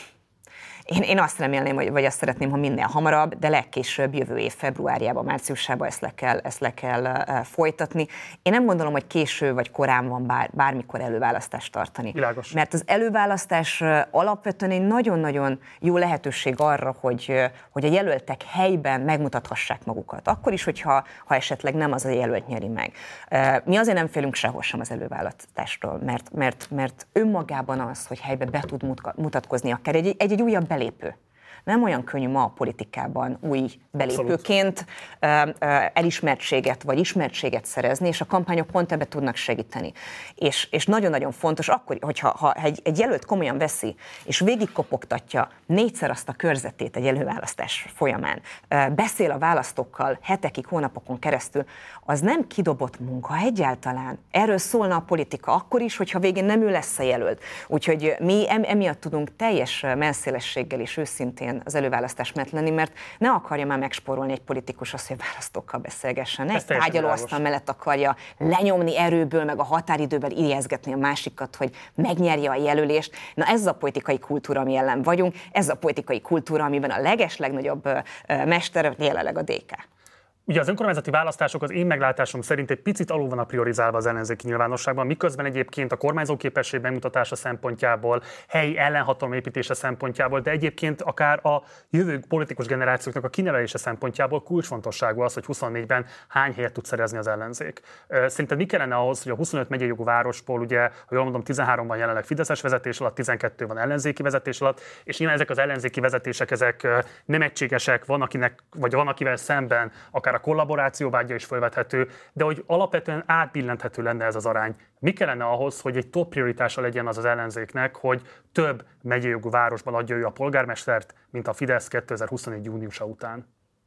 Én, én azt remélném, hogy, vagy azt szeretném, ha minél hamarabb, de legkésőbb jövő év februárjában, márciusában ezt le kell, ezt le kell uh, folytatni. Én nem gondolom, hogy késő vagy korán van bár, bármikor előválasztást tartani. Világos. Mert az előválasztás uh, alapvetően egy nagyon-nagyon jó lehetőség arra, hogy, uh, hogy a jelöltek helyben megmutathassák magukat. Akkor is, hogyha ha esetleg nem az a jelölt nyeri meg. Uh, mi azért nem félünk sehol sem az előválasztástól, mert, mert, mert önmagában az, hogy helyben be tud mutatkozni akár egy, egy, egy újabb belépő. Nem olyan könnyű ma a politikában új belépőként Abszolút. elismertséget vagy ismertséget szerezni, és a kampányok pont ebbe tudnak segíteni. És, és nagyon-nagyon fontos, akkor, hogyha ha egy, egy jelölt komolyan veszi, és végigkopogtatja négyszer azt a körzetét egy előválasztás folyamán, beszél a választókkal hetekig, hónapokon keresztül, az nem kidobott munka egyáltalán. Erről szólna a politika, akkor is, hogyha végén nem ő lesz a jelölt. Úgyhogy mi emiatt tudunk teljes menszélességgel és őszintén az előválasztás mellett lenni, mert ne akarja már megspórolni egy politikus azt, hogy választókkal beszélgessen. Egy tárgyalóasztal mellett akarja lenyomni erőből, meg a határidőben ijeszgetni a másikat, hogy megnyerje a jelölést. Na ez a politikai kultúra, ami ellen vagyunk, ez a politikai kultúra, amiben a legeslegnagyobb mester jelenleg a dé ká. Ugye az önkormányzati választások az én meglátásom szerint egy picit alul vannak priorizálva az ellenzéki nyilvánosságban, miközben egyébként a kormányzóképesség bemutatása szempontjából, helyi ellenhatalom építése szempontjából, de egyébként akár a jövő politikus generációknak a kinevelése szempontjából kulcsfontosságú az, hogy huszonnégyben hány helyet tud szerezni az ellenzék. Szerinted mi kellene ahhoz, hogy a huszonöt megyei jogú városból, ugye, ha jól mondom, tizenhárom van jelenleg fideszes vezetés alatt, tizenkettő van ellenzéki vezetés alatt, és nyilván ezek az ellenzéki vezetések ezek nem egységesek, van akinek, vagy van akivel szemben akár a kollaboráció vágya is felvethető, de hogy alapvetően átbillenthető lenne ez az arány. Mi kellene ahhoz, hogy egy top prioritása legyen az az ellenzéknek, hogy több megyei jogú városban adja ő a polgármestert, mint a Fidesz kétezer-huszonnégy júniusa után?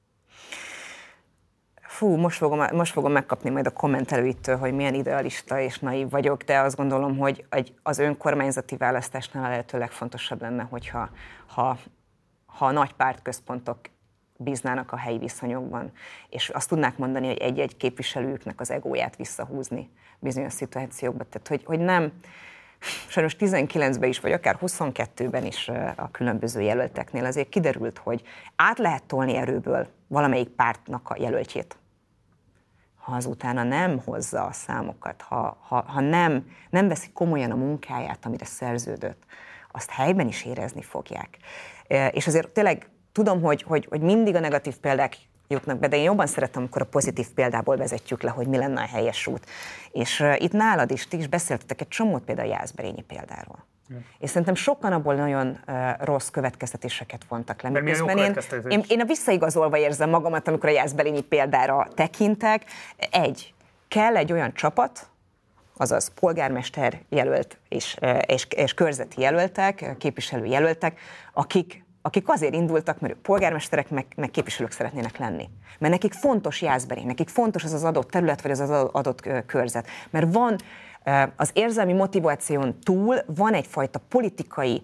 Fú, most fogom, most fogom megkapni majd a kommentelőittől, hogy milyen idealista és naív vagyok, de azt gondolom, hogy az önkormányzati választásnál a lehető legfontosabb lenne, hogyha ha, ha a nagy pártközpontok bíznának a helyi viszonyokban, és azt tudnák mondani, hogy egy-egy képviselőknek az egóját visszahúzni bizonyos szituációkban. Tehát, hogy, hogy nem, sajnos tizenkilencben is, vagy akár huszonkettőben is a különböző jelölteknél azért kiderült, hogy át lehet tolni erőből valamelyik pártnak a jelöltjét. Ha azutána nem hozza a számokat, ha, ha, ha nem, nem veszi komolyan a munkáját, amire szerződött, azt helyben is érezni fogják. És azért tényleg tudom, hogy, hogy, hogy mindig a negatív példák jutnak be, de én jobban szeretem, amikor a pozitív példából vezetjük le, hogy mi lenne a helyes út. És uh, itt nálad is, ti is beszéltetek egy csomót például a Jászberényi példáról. Mm. És szerintem sokan abból nagyon uh, rossz következtetéseket vontak le. Miközben én, én, én a visszaigazolva érzem magamat, amikor a Jászberényi példára tekintek. Egy, kell egy olyan csapat, azaz polgármester jelölt és, és, és körzeti jelöltek, képviselő jelöltek, akik akik azért indultak, mert ők polgármesterek, meg, meg képviselők szeretnének lenni. Mert nekik fontos Jászberény, nekik fontos az az adott terület, vagy az az adott körzet. Mert van Az érzelmi motiváción túl van egyfajta politikai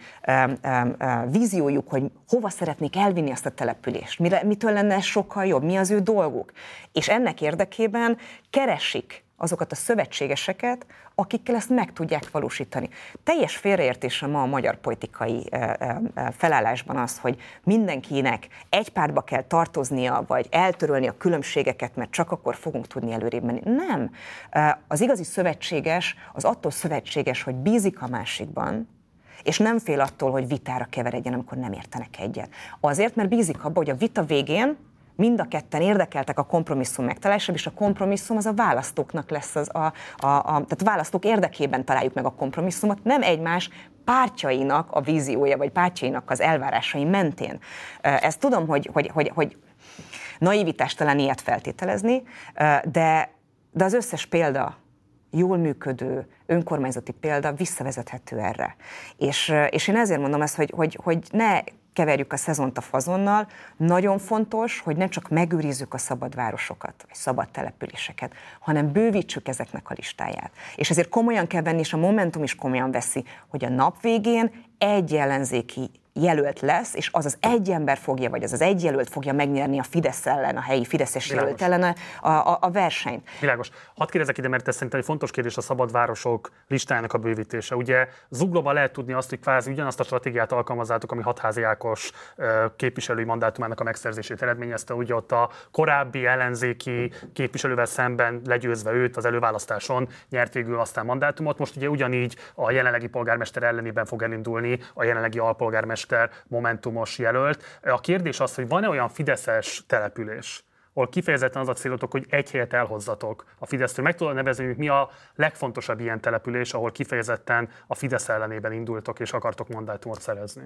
víziójuk, hogy hova szeretnék elvinni ezt a települést, mitől lenne ez sokkal jobb, mi az ő dolguk. És ennek érdekében keresik azokat a szövetségeseket, akikkel ezt meg tudják valósítani. Teljes félreértése ma a magyar politikai felállásban az, hogy mindenkinek egy pártba kell tartoznia, vagy eltörölni a különbségeket, mert csak akkor fogunk tudni előrébb menni. Nem. Az igazi szövetséges az attól szövetséges, hogy bízik a másikban, és nem fél attól, hogy vitára keveredjen, amikor nem értenek egyet. Azért, mert bízik abba, hogy a vita végén mind a ketten érdekeltek a kompromisszum megtalálásában, és a kompromisszum az a választóknak lesz, az a, a, a, tehát a választók érdekében találjuk meg a kompromisszumot, nem egymás pártjainak a víziója, vagy pártjainak az elvárásai mentén. Ezt tudom, hogy, hogy, hogy, hogy naivitás talán ilyet feltételezni, de, de az összes példa, jól működő önkormányzati példa visszavezethető erre. És, és én ezért mondom ezt, hogy, hogy, hogy ne keverjük a szezont a fazonnal, nagyon fontos, hogy ne csak megőrizzük a szabad városokat, vagy szabad településeket, hanem bővítsük ezeknek a listáját. És ezért komolyan kell venni, és a Momentum is komolyan veszi, hogy a nap végén egy ellenzéki jelölt lesz, és az az egy ember fogja, vagy az az egy jelölt fogja megnyerni a Fidesz ellen, a helyi fideszes jelölt ellen a, a, a versenyt. Világos. Hadd kérdezek ide, mert ez szerintem egy fontos kérdés a szabad városok listájának a bővítése. Ugye Zuglóban lehet tudni azt, hogy kvázi ugyanazt a stratégiát alkalmazzátok, ami Hatházi Ákos képviselői mandátumának a megszerzését eredményezte, ugye ott a korábbi ellenzéki képviselővel szemben legyőzve őt az előválasztáson nyert végül aztán mandátumot. Most ugye ugyanígy a jelenlegi polgármester ellenében fog elindulni a jelenlegi alpolgármester momentumos jelölt. A kérdés az, hogy van-e olyan fideszes település, ahol kifejezetten az a célotok, hogy egy helyet elhozzatok a Fidesztől. Meg tudod nevezni, hogy mi a legfontosabb ilyen település, ahol kifejezetten a Fidesz ellenében indultok és akartok mandátumot szerezni?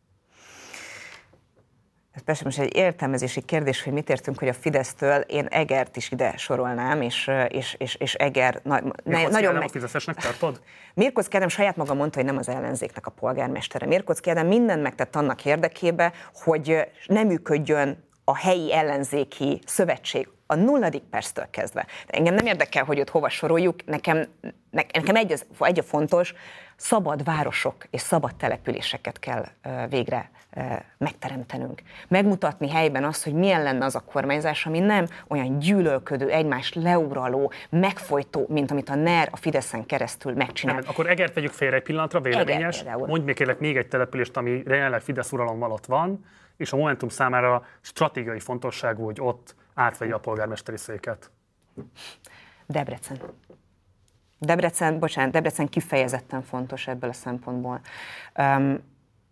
Ez persze most egy értelmezési kérdés, hogy mit értünk, hogy a Fidesztől, én Egert is ide sorolnám, és, és, és, és Eger na, ne, nagyon meg... a fideszesnek tartod? Mirkocki Ádám saját maga mondta, hogy nem az ellenzéknek a polgármestere. Mirkocki Ádám mindent megtett annak érdekében, hogy nem működjön a helyi ellenzéki szövetség a nulladik perctől kezdve. De engem nem érdekel, hogy őt hova soroljuk, nekem, nekem egy, az, egy a fontos, szabad városok és szabad településeket kell végre megteremtenünk. Megmutatni helyben azt, hogy milyen lenne az a kormányzás, ami nem olyan gyűlölködő, egymást leuraló, megfojtó, mint amit a NER a Fideszen keresztül megcsinál. Nem, akkor Egert vegyük félre egy pillanatra, véleményes. Mondj még kérlek még egy települést, ami jelenleg Fidesz uralom alatt van, és a Momentum számára stratégiai fontosságú, hogy ott átvegye a polgármesteri széket. Debrecen. Debrecen, bocsánat, Debrecen kifejezetten fontos ebből a szempontból. Um,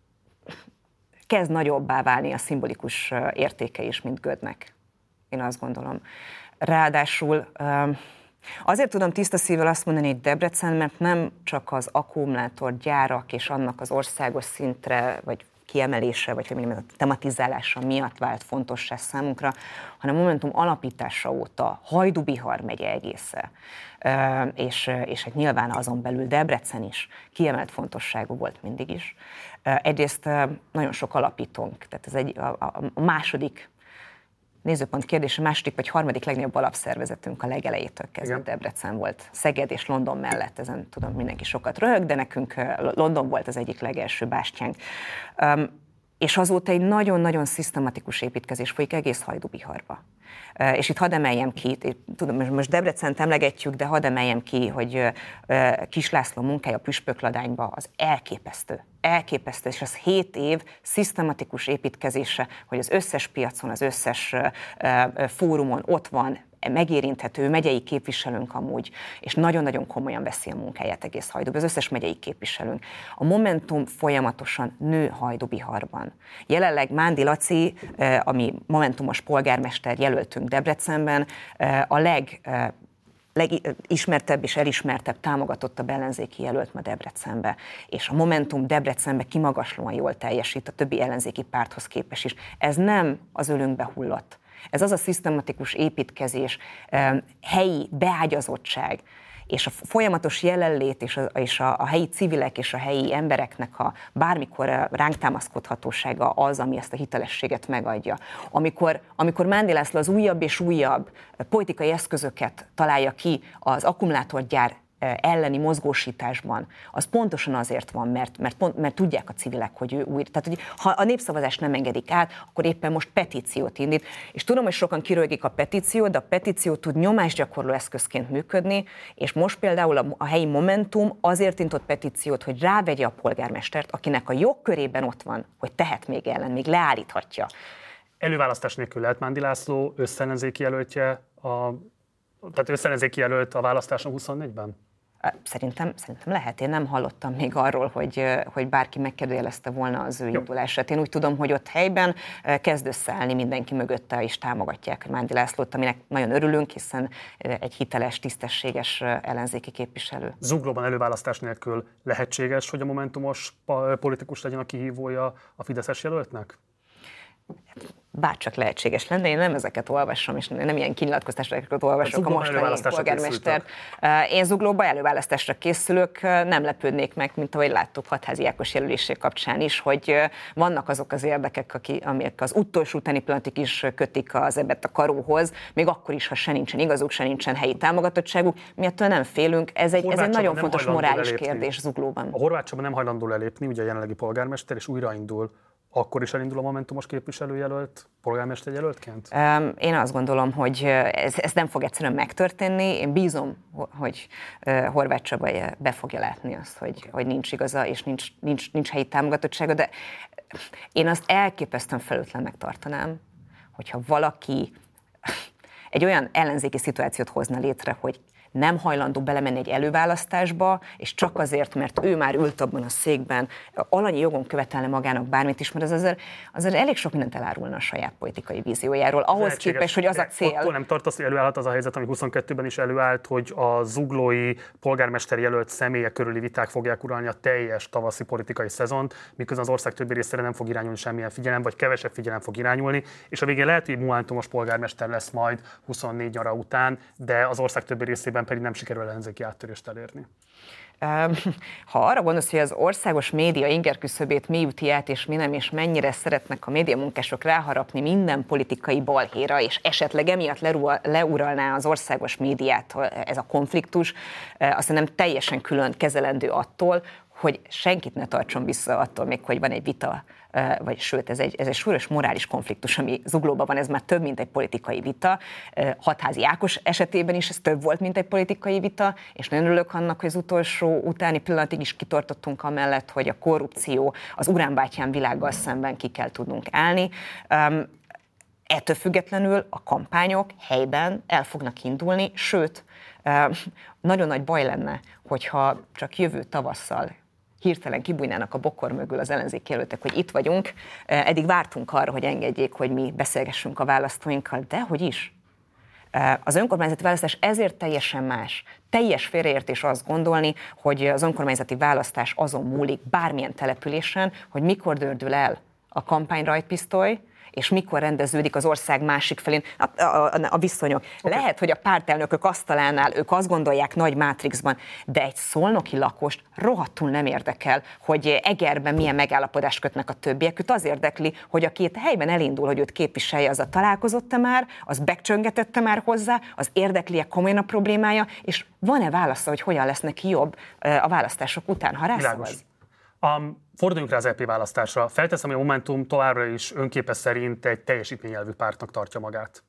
kezd nagyobbá válni a szimbolikus értéke is, mint Gödnek. Én azt gondolom. Ráadásul um, azért tudom tiszta szívvel azt mondani, hogy Debrecen, mert nem csak az akkumulátorgyárak és annak az országos szintre, vagy kiemelése, vagy hogy mondjam, a tematizálása miatt vált fontossá számunkra, hanem a Momentum alapítása óta Hajdú-Bihar megye egésze, és, és hát nyilván azon belül Debrecen is kiemelt fontosságú volt mindig is. Egyrészt nagyon sok alapítónk, tehát ez egy, a, a második nézőpont kérdése, második vagy harmadik legnagyobb alapszervezetünk a legelejétől kezdve Debrecen volt. Szeged és London mellett, ezen tudom mindenki sokat röhög, de nekünk London volt az egyik legelső bástyánk. Um, és azóta egy nagyon-nagyon szisztematikus építkezés folyik egész Hajdú-Biharba. Uh, és itt hadd emeljem ki, tudom, most Debrecent emlegetjük, de hadd emeljem ki, hogy uh, Kis László munkája a Püspökladányba az elképesztő. Elképesztő, és az hét év szisztematikus építkezése, hogy az összes piacon, az összes uh, uh, fórumon ott van, megérinthető, megyei képviselőnk amúgy, és nagyon-nagyon komolyan veszi a munkáját egész Hajdúban, az összes megyei képviselőnk. A Momentum folyamatosan nő Hajdú-Biharban. Jelenleg Mándi Laci, ami momentumos polgármester jelöltünk Debrecenben, a leg legismertebb és elismertebb, támogatottabb ellenzéki jelölt ma Debrecenbe. És a Momentum Debrecenbe kimagaslóan jól teljesít a többi ellenzéki párthoz képest is. Ez nem az ölünkbe hullott. Ez az a szisztematikus építkezés, helyi beágyazottság, és a folyamatos jelenlét, és a, és a, a helyi civilek és a helyi embereknek a bármikor ránk támaszkodhatósága az, ami ezt a hitelességet megadja. Amikor, amikor Mándi László az újabb és újabb politikai eszközöket találja ki az akkumulátorgyár elleni mozgósításban, az pontosan azért van, mert, mert, pont, mert tudják a civilek, hogy ő új. Tehát, hogy ha a népszavazást nem engedik át, akkor éppen most petíciót indít. És tudom, hogy sokan kirögik a petíciót, de a petíció tud nyomásgyakorló eszközként működni, és most például a, a helyi Momentum azért indított petíciót, hogy rávegye a polgármestert, akinek a jogkörében ott van, hogy tehet még ellen, még leállíthatja. Előválasztás nélkül lehet Mándi László összellenzéki jelöltje, a, tehát összellenzéki jelölt a választáson huszonnégyben? Szerintem, szerintem lehet. Én nem hallottam még arról, hogy, hogy bárki megkérdőjelezte volna az ő Jó. indulását. Én úgy tudom, hogy ott helyben kezd összeállni mindenki mögötte, és támogatják Mándi Lászlót, aminek nagyon örülünk, hiszen egy hiteles, tisztességes ellenzéki képviselő. Zuglóban előválasztás nélkül lehetséges, hogy a momentumos politikus legyen a kihívója a fideszes jelöltnek? Bárcsak lehetséges lenne, én nem ezeket olvasom, és nem ilyen kinyilatkoztatásokat olvasok a mostani polgármestert. Én Zuglóban előválasztásra készülök, nem lepődnék meg, mint ahogy láttuk Hatházi Ákos jelölésé kapcsán is, hogy vannak azok az érdekek, amik az utolsó utáni pillanatig is kötik az ebet a karóhoz, még akkor is, ha se nincsen igazuk, se nincsen helyi támogatottságuk, mi ettől nem félünk. Ez egy, ez egy nagyon fontos morális lelépni. kérdés Zuglóban. A Horváth Csaba nem hajlandó lelépni, ugye a jelenlegi polgármester, és újraindul. Akkor is elindul a momentumos képviselőjelölt, polgármesterjelöltként? Én azt gondolom, hogy ez, ez nem fog egyszerűen megtörténni. Én bízom, hogy Horváth Csaba be fogja látni azt, hogy, okay. hogy nincs igaza, és nincs, nincs, nincs helyi támogatottsága, de én azt elképesztően felelőtlennek tartanám, hogyha valaki egy olyan ellenzéki szituációt hozna létre, hogy nem hajlandó belemenni egy előválasztásba, és csak azért, mert ő már ült abban a székben, alanyi jogon követelne magának bármit is, mert az azért, azért elég sok mindent elárulna a saját politikai víziójáról. Ahhoz képest, hogy az a cél... Attól nem tartasz, hogy előállhat az a helyzet, ami huszonkettőben is előállt, hogy a zuglói polgármester jelölt személye körüli viták fogják uralni a teljes tavaszi politikai szezont, miközben az ország többi részére nem fog irányulni semmilyen figyelem, vagy kevesebb figyelem fog irányulni, és a végén lehet, hogy momentumos polgármester lesz majd huszonnégy nyara után, de az ország többi részében pedig nem sikerül ellenzéki áttörést elérni. Ha arra gondolsz, hogy az országos média ingerküszöbét mi üti át, és mi nem, és mennyire szeretnek a médiamunkások ráharapni minden politikai balhéra, és esetleg emiatt leuralná az országos médiát ez a konfliktus, azt nem teljesen külön kezelendő attól, hogy senkit ne tartson vissza attól még, hogy van egy vita, vagy sőt, ez egy, ez egy súlyos morális konfliktus, ami Zuglóban van, ez már több, mint egy politikai vita. Hatházi Ákos esetében is ez több volt, mint egy politikai vita, és nagyon örülök annak, hogy az utolsó utáni pillanatig is kitartottunk amellett, hogy a korrupció az uránbátyám világgal szemben ki kell tudnunk állni. Ettől függetlenül a kampányok helyben el fognak indulni, sőt, nagyon nagy baj lenne, hogyha csak jövő tavasszal hirtelen kibújnának a bokor mögül az ellenzéki jelöltek, hogy itt vagyunk. Eddig vártunk arra, hogy engedjék, hogy mi beszélgessünk a választóinkkal, de hogy is. Az önkormányzati választás ezért teljesen más. Teljes félreértés azt gondolni, hogy az önkormányzati választás azon múlik bármilyen településen, hogy mikor dördül el a kampányrajtpisztoly, és mikor rendeződik az ország másik felén a, a, a viszonyok. Okay. Lehet, hogy a pártelnökök asztalánál ők azt gondolják nagy mátrixban, de egy szolnoki lakost rohadtul nem érdekel, hogy Egerben milyen megállapodást kötnek a többiek. Őt az érdekli, hogy aki itt helyben elindul, hogy őt képviselje, az a találkozott-e már, az becsöngetette már hozzá, az érdekli-e komolyan a problémája, és van-e válasza, hogy hogyan lesz neki jobb a választások után, ha rászavaz? Um, forduljunk rá az é pé választásra. Felteszem, hogy a Momentum továbbra is önképe szerint egy teljesítményelvű pártnak tartja magát.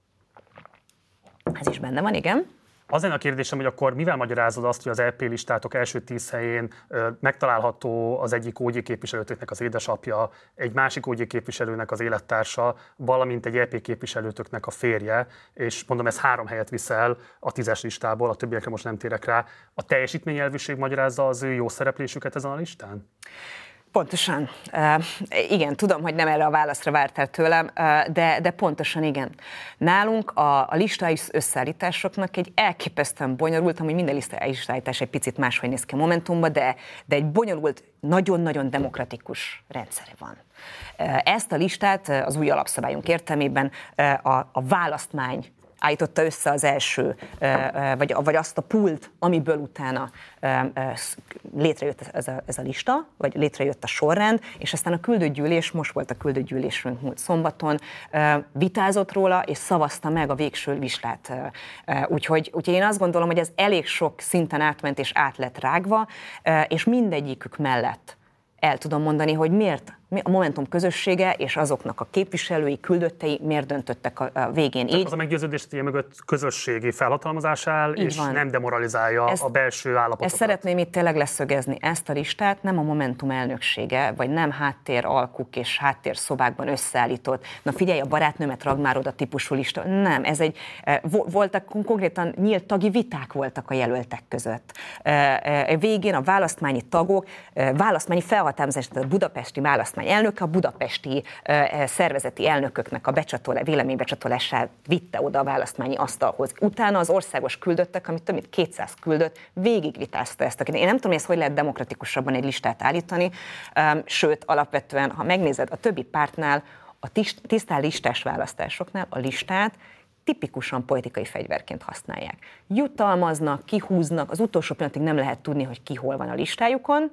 Ez is benne van, igen. Az lenne a kérdésem, hogy akkor mivel magyarázod azt, hogy az é pé listátok első tíz helyén ö, megtalálható az egyik ó gyé képviselőtöknek az édesapja, egy másik ó gyé képviselőnek az élettársa, valamint egy é pé képviselőtöknek a férje, és mondom, ez három helyet viszel a tízes listából, a többiekre most nem térek rá. A teljesítményelvűség magyarázza az ő jó szereplésüket ezen a listán? Pontosan. Uh, igen, tudom, hogy nem erre a válaszra vártál tőlem, uh, de, de pontosan igen. Nálunk a, a listai összeállításoknak egy elképesztően bonyolult, amúgy minden listállítás egy picit máshogy néz ki a Momentumban, de, de egy bonyolult, nagyon-nagyon demokratikus rendszere van. Uh, ezt a listát uh, az új alapszabályunk értelmében uh, a, a választmány állította össze az első, vagy, vagy azt a pult, amiből utána létrejött ez a, ez a lista, vagy létrejött a sorrend, és aztán a küldőgyűlés, most volt a küldőgyűlésünk múlt szombaton, vitázott róla, és szavazta meg a végső listát. Úgyhogy, úgyhogy én azt gondolom, hogy ez elég sok szinten átment és át lett rágva, és mindegyikük mellett el tudom mondani, hogy miért a Momentum közössége és azoknak a képviselői, küldöttei miért döntöttek a végén így. Az a meggyőződés, hogy mögött közösségi felhatalmazás áll, így és van. Nem demoralizálja ezt, a belső állapotokat. Ezt szeretném itt tényleg leszögezni. Ezt a listát nem a Momentum elnöksége, vagy nem háttér alkuk és háttérszobákban összeállított. Na figyelj, a barátnőmet Ragmároda típusú lista. Nem, ez egy, voltak konkrétan nyílt tagi viták voltak a jelöltek között. Végén a választmányi tagok, választmányi felhatalmazás, tehát a budapesti választmány elnöke a budapesti uh, szervezeti elnököknek a becsatolá, véleménybecsatolását vitte oda a választmányi asztalhoz. Utána az országos küldöttek, amit több mint kétszáz küldött, végigvitázta ezt. Én nem tudom, hogy ezt hogy lehet demokratikusabban egy listát állítani, um, sőt, alapvetően, ha megnézed a többi pártnál, a tisztán listás választásoknál a listát tipikusan politikai fegyverként használják. Jutalmaznak, kihúznak, az utolsó pillanatig nem lehet tudni, hogy ki hol van a listájukon,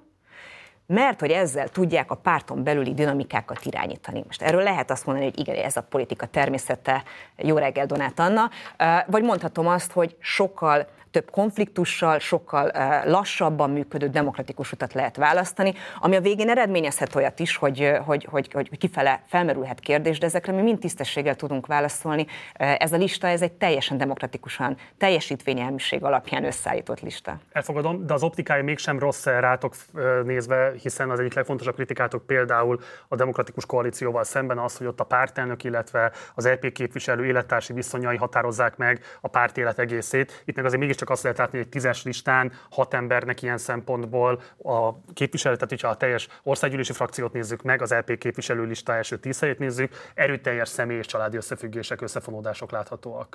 mert hogy ezzel tudják a párton belüli dinamikákat irányítani. Most erről lehet azt mondani, hogy igen, ez a politika természete, jó reggel Donát Anna, vagy mondhatom azt, hogy sokkal több konfliktussal, sokkal lassabban működő demokratikus utat lehet választani, ami a végén eredményezhet olyat is, hogy, hogy, hogy, hogy kifele felmerülhet kérdés, de ezekre mi mind tisztességgel tudunk válaszolni. Ez a lista, ez egy teljesen demokratikusan, teljesítvényelműség alapján összeállított lista. Elfogadom, de az optikája mégsem rossz rátok nézve, hiszen az egyik legfontosabb kritikátok például a demokratikus koalícióval szemben az, hogy ott a pártelnök, illetve az é pé képviselő élettársi viszonyai határozzák meg a párt élet egészét. Itt meg azért mégis csak azt lehet látni, hogy egy tízes listán hat embernek ilyen szempontból a képviselő, tehát hogyha a teljes országgyűlési frakciót nézzük meg, az é pé képviselő lista első tíz helyét nézzük, erőteljes személy és családi összefüggések, összefonódások láthatóak.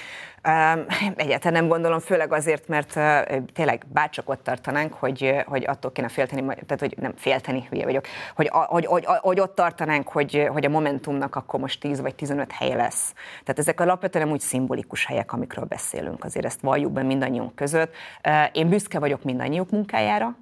Um, egyáltalán nem gondolom, főleg azért, mert uh, tényleg bárcsak ott tartanánk, hogy, hogy attól kéne félteni, tehát hogy nem félteni, hülye vagyok, hogy, hogy, hogy, hogy ott tartanánk, hogy, hogy a Momentumnak akkor most tíz vagy tizenöt helye lesz. Tehát ezek alapvetően úgy szimbolikus helyek, amikről beszélünk, azért ezt valljuk be mindannyiunk között. Uh, én büszke vagyok mindannyiuk munkájára.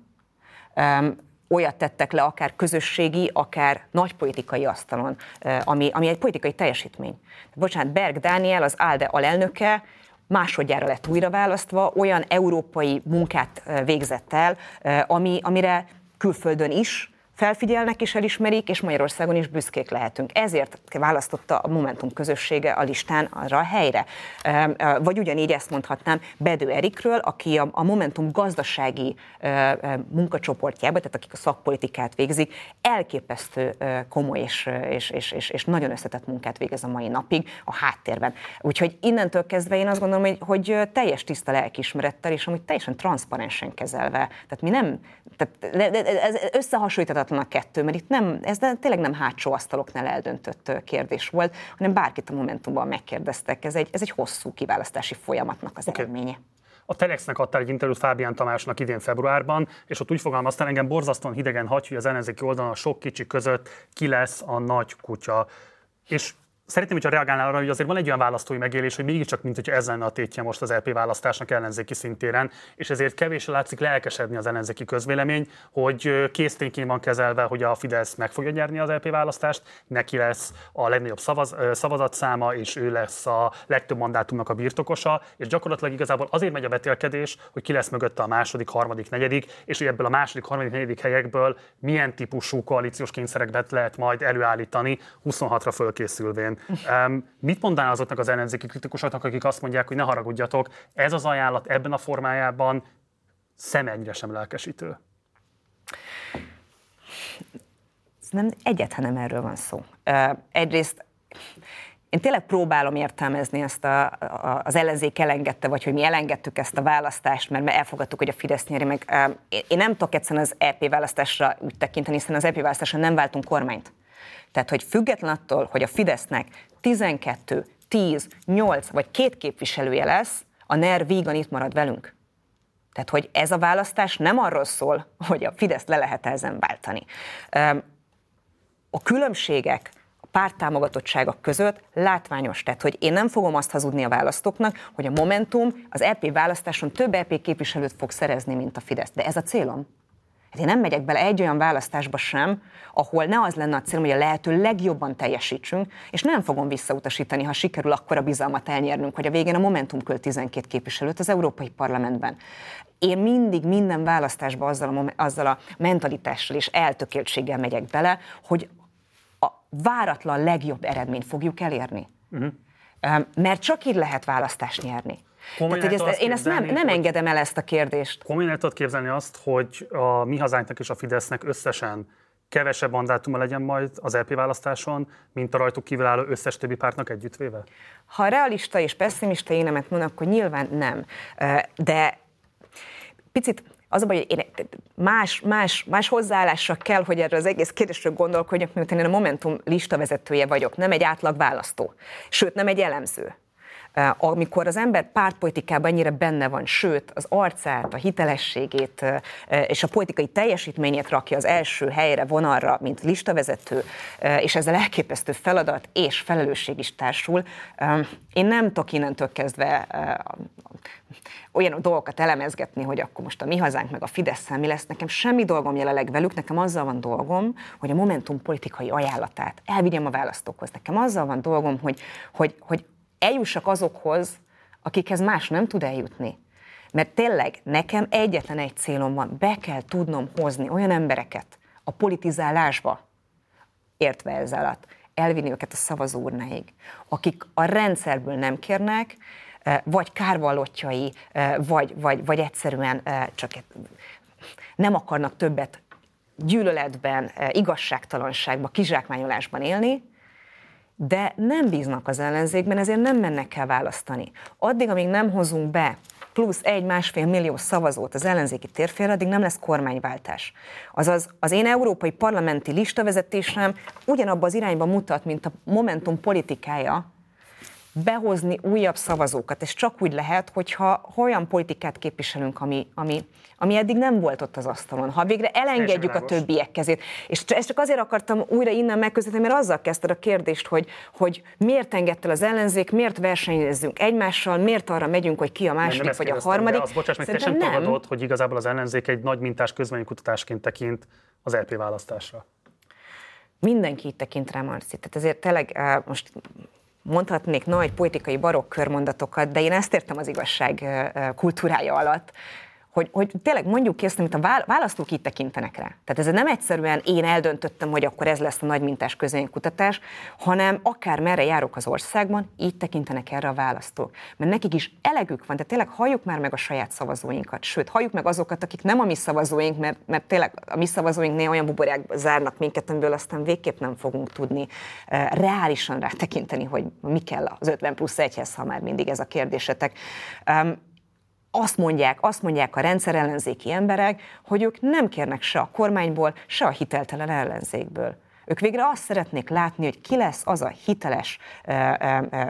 Um, olyat tettek le akár közösségi, akár nagypolitikai asztalon, ami, ami egy politikai teljesítmény. Bocsánat, Berg Dániel, az ALDE alelnöke, másodjára lett újra választva, olyan európai munkát végzett el, ami, amire külföldön is felfigyelnek és elismerik, és Magyarországon is büszkék lehetünk. Ezért választotta a Momentum közössége a listán arra a helyre. Vagy ugyanígy ezt mondhatnám Bedő Erikről, aki a, a Momentum gazdasági munkacsoportjában, tehát akik a szakpolitikát végzik, elképesztő komoly és, és, és, és, és nagyon összetett munkát végez a mai napig a háttérben. Úgyhogy innentől kezdve én azt gondolom, hogy, hogy teljes tiszta lelkiismerettel, és amúgy teljesen transzparensen kezelve. Tehát mi nem, tehát ez összehasonlíthatatlan a kettő, mert itt nem, ez tényleg nem hátsó asztaloknál eldöntött kérdés volt, hanem bárkit a Momentumban megkérdeztek. Ez egy, ez egy hosszú kiválasztási folyamatnak az okay. eredménye. A Telexnek adtál egy interjút Fábián Tamásnak idén februárban, és ott úgy fogalmaztál, engem borzasztóan hidegen hagy, hogy az ellenzéki oldalon a sok kicsi között ki lesz a nagy kutya. És szeretném, hogyha reagálnál arra, hogy azért van egy olyan választói megélés, hogy mégiscsak, mint hogy ez lenne a tétje most az é pé választásnak ellenzéki szintéren, és ezért kevésre látszik lelkesedni az ellenzéki közvélemény, hogy késztényként van kezelve, hogy a Fidesz meg fogja nyerni az é pé választást, neki lesz a legnagyobb szavaz, szavazatszáma, és ő lesz a legtöbb mandátumnak a birtokosa, és gyakorlatilag igazából azért megy a vetélkedés, hogy ki lesz mögötte a második, harmadik, negyedik, és hogy ebből a második, harmadik, negyedik helyekből milyen típusú koalíciós kényszereket lehet majd előállítani huszonhatra fölkészülvén. Um, mit mondanál azoknak az ellenzéki kritikusoknak, akik azt mondják, hogy ne haragudjatok, ez az ajánlat ebben a formájában szemennyire sem lelkesítő? Nem, egyáltalán nem erről van szó. Uh, egyrészt én tényleg próbálom értelmezni ezt a, a, az ellenzék elengedte, vagy hogy mi elengedtük ezt a választást, mert elfogadtuk, hogy a Fidesz nyeri meg. Uh, én nem tudok egyszerűen az é pé választásra úgy tekinteni, hiszen az é pé választásra nem váltunk kormányt. Tehát, hogy független attól, hogy a Fidesznek tizenkettő, tíz, nyolc vagy két képviselője lesz, a NER vígan itt marad velünk. Tehát, hogy ez a választás nem arról szól, hogy a Fideszt le lehet ezen váltani. A különbségek a párttámogatottsága között látványos. Tehát, hogy én nem fogom azt hazudni a választóknak, hogy a Momentum az é pé választáson több é pé képviselőt fog szerezni, mint a Fidesz. De ez a célom. Hát én nem megyek bele egy olyan választásba sem, ahol ne az lenne a célom, hogy a lehető legjobban teljesítsünk, és nem fogom visszautasítani, ha sikerül akkora bizalmat elnyernünk, hogy a végén a Momentum költ tizenkét képviselőt az Európai Parlamentben. Én mindig minden választásba azzal a, azzal a mentalitással és eltökéltséggel megyek bele, hogy a váratlan legjobb eredményt fogjuk elérni. Uh-huh. Mert csak így lehet választást nyerni. Tehát, hogy ezt, én ezt nem, nem engedem el ezt a kérdést. Komolyan el tudod képzelni azt, hogy a Mi Hazánknak és a Fidesznek összesen kevesebb mandátuma legyen majd az é pé választáson, mint a rajtuk kívülálló összes többi pártnak együttvéve? Ha realista és pessimista énemet mondok, akkor nyilván nem. De picit az a baj, hogy én más, más, más hozzáállással kell, hogy erről az egész kérdésről gondolkodjak, miután én a Momentum listavezetője vagyok, nem egy átlag választó, sőt nem egy elemző. Amikor az ember pártpolitikában ennyire benne van, sőt, az arcát, a hitelességét és a politikai teljesítményét rakja az első helyre, vonalra, mint listavezető, és ezzel elképesztő feladat és felelősség is társul, én nem tudok innentől kezdve olyan dolgokat elemezgetni, hogy akkor most a Mi Hazánk meg a Fidesz-szel mi lesz. Nekem semmi dolgom jelenleg velük, nekem azzal van dolgom, hogy a Momentum politikai ajánlatát elvigyem a választókhoz. Nekem azzal van dolgom, hogy, hogy, hogy eljussak azokhoz, akikhez más nem tud eljutni. Mert tényleg nekem egyetlen egy célom van, be kell tudnom hozni olyan embereket a politizálásba, értve ezzel alatt, elvinni őket a szavazóurnáig, akik a rendszerből nem kérnek, vagy kárvallottjai, vagy, vagy, vagy egyszerűen csak nem akarnak többet gyűlöletben, igazságtalanságban, kizsákmányolásban élni, de nem bíznak az ellenzékben, ezért nem mennek el választani. Addig, amíg nem hozunk be plusz egy-másfél millió szavazót az ellenzéki térfélre, addig nem lesz kormányváltás. Azaz az én európai parlamenti listavezetésem ugyanabba az irányba mutat, mint a Momentum politikája, behozni újabb szavazókat. Ez csak úgy lehet, hogyha olyan politikát képviselünk, ami, ami, ami eddig nem volt ott az asztalon. Ha végre elengedjük a többiek kezét. És ezt csak azért akartam újra innen megközelíteni, mert azzal kezdted a kérdést, hogy, hogy miért engedte az ellenzék, miért versenyezzünk egymással, miért arra megyünk, hogy ki a második nem, vagy a harmadik. De az, bocsáss meg, te sem tagadod, hogy igazából az ellenzék egy nagy mintás közvéleménykutatásként tekint az é pé választásra. Mindenki így tekint rá, Marci. Tehát ezért tényleg most mondhatnék nagy politikai barokk körmondatokat, de én ezt értem az igazság kultúrája alatt, hogy, hogy tényleg mondjuk ki azt, amit a választók így tekintenek rá. Tehát ez nem egyszerűen én eldöntöttem, hogy akkor ez lesz a nagymintás közvéleménykutatás, hanem akár merre járok az országban, így tekintenek erre a választók. Mert nekik is elegük van, tehát tényleg halljuk már meg a saját szavazóinkat, sőt, halljuk meg azokat, akik nem a mi szavazóink, mert, mert tényleg a mi szavazóink néha olyan buborákba zárnak minket, amiből aztán végképp nem fogunk tudni uh, reálisan rátekinteni, hogy mi kell az ötven plusz egyhez, ha már mindig ez a kérdésetek. Um, Azt mondják, azt mondják a rendszerellenzéki emberek, hogy ők nem kérnek se a kormányból, se a hiteltelen ellenzékből. Ők végre azt szeretnék látni, hogy ki lesz az a hiteles ö, ö, ö,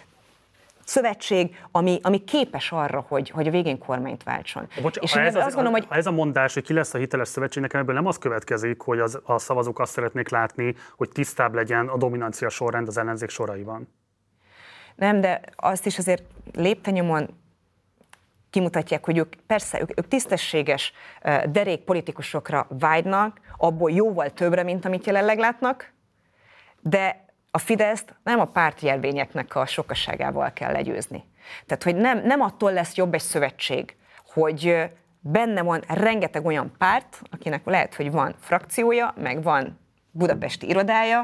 szövetség, ami, ami képes arra, hogy, hogy a végén kormányt váltson. Bocs, és ha, ez az, azt gondolom, hogy... ha ez a mondás, hogy ki lesz a hiteles szövetség, nekem ebből nem az következik, hogy az, a szavazók azt szeretnék látni, hogy tisztább legyen a dominancia sorrend az ellenzék soraiban. Nem, de azt is azért léptenyomon kimutatják, hogy ők persze, ők, ők tisztességes, derék politikusokra vágynak, abból jóval többre, mint amit jelenleg látnak, de a Fideszt nem a pártjelvényeknek a sokaságával kell legyőzni. Tehát, hogy nem, nem attól lesz jobb egy szövetség, hogy benne van rengeteg olyan párt, akinek lehet, hogy van frakciója, meg van budapesti irodája,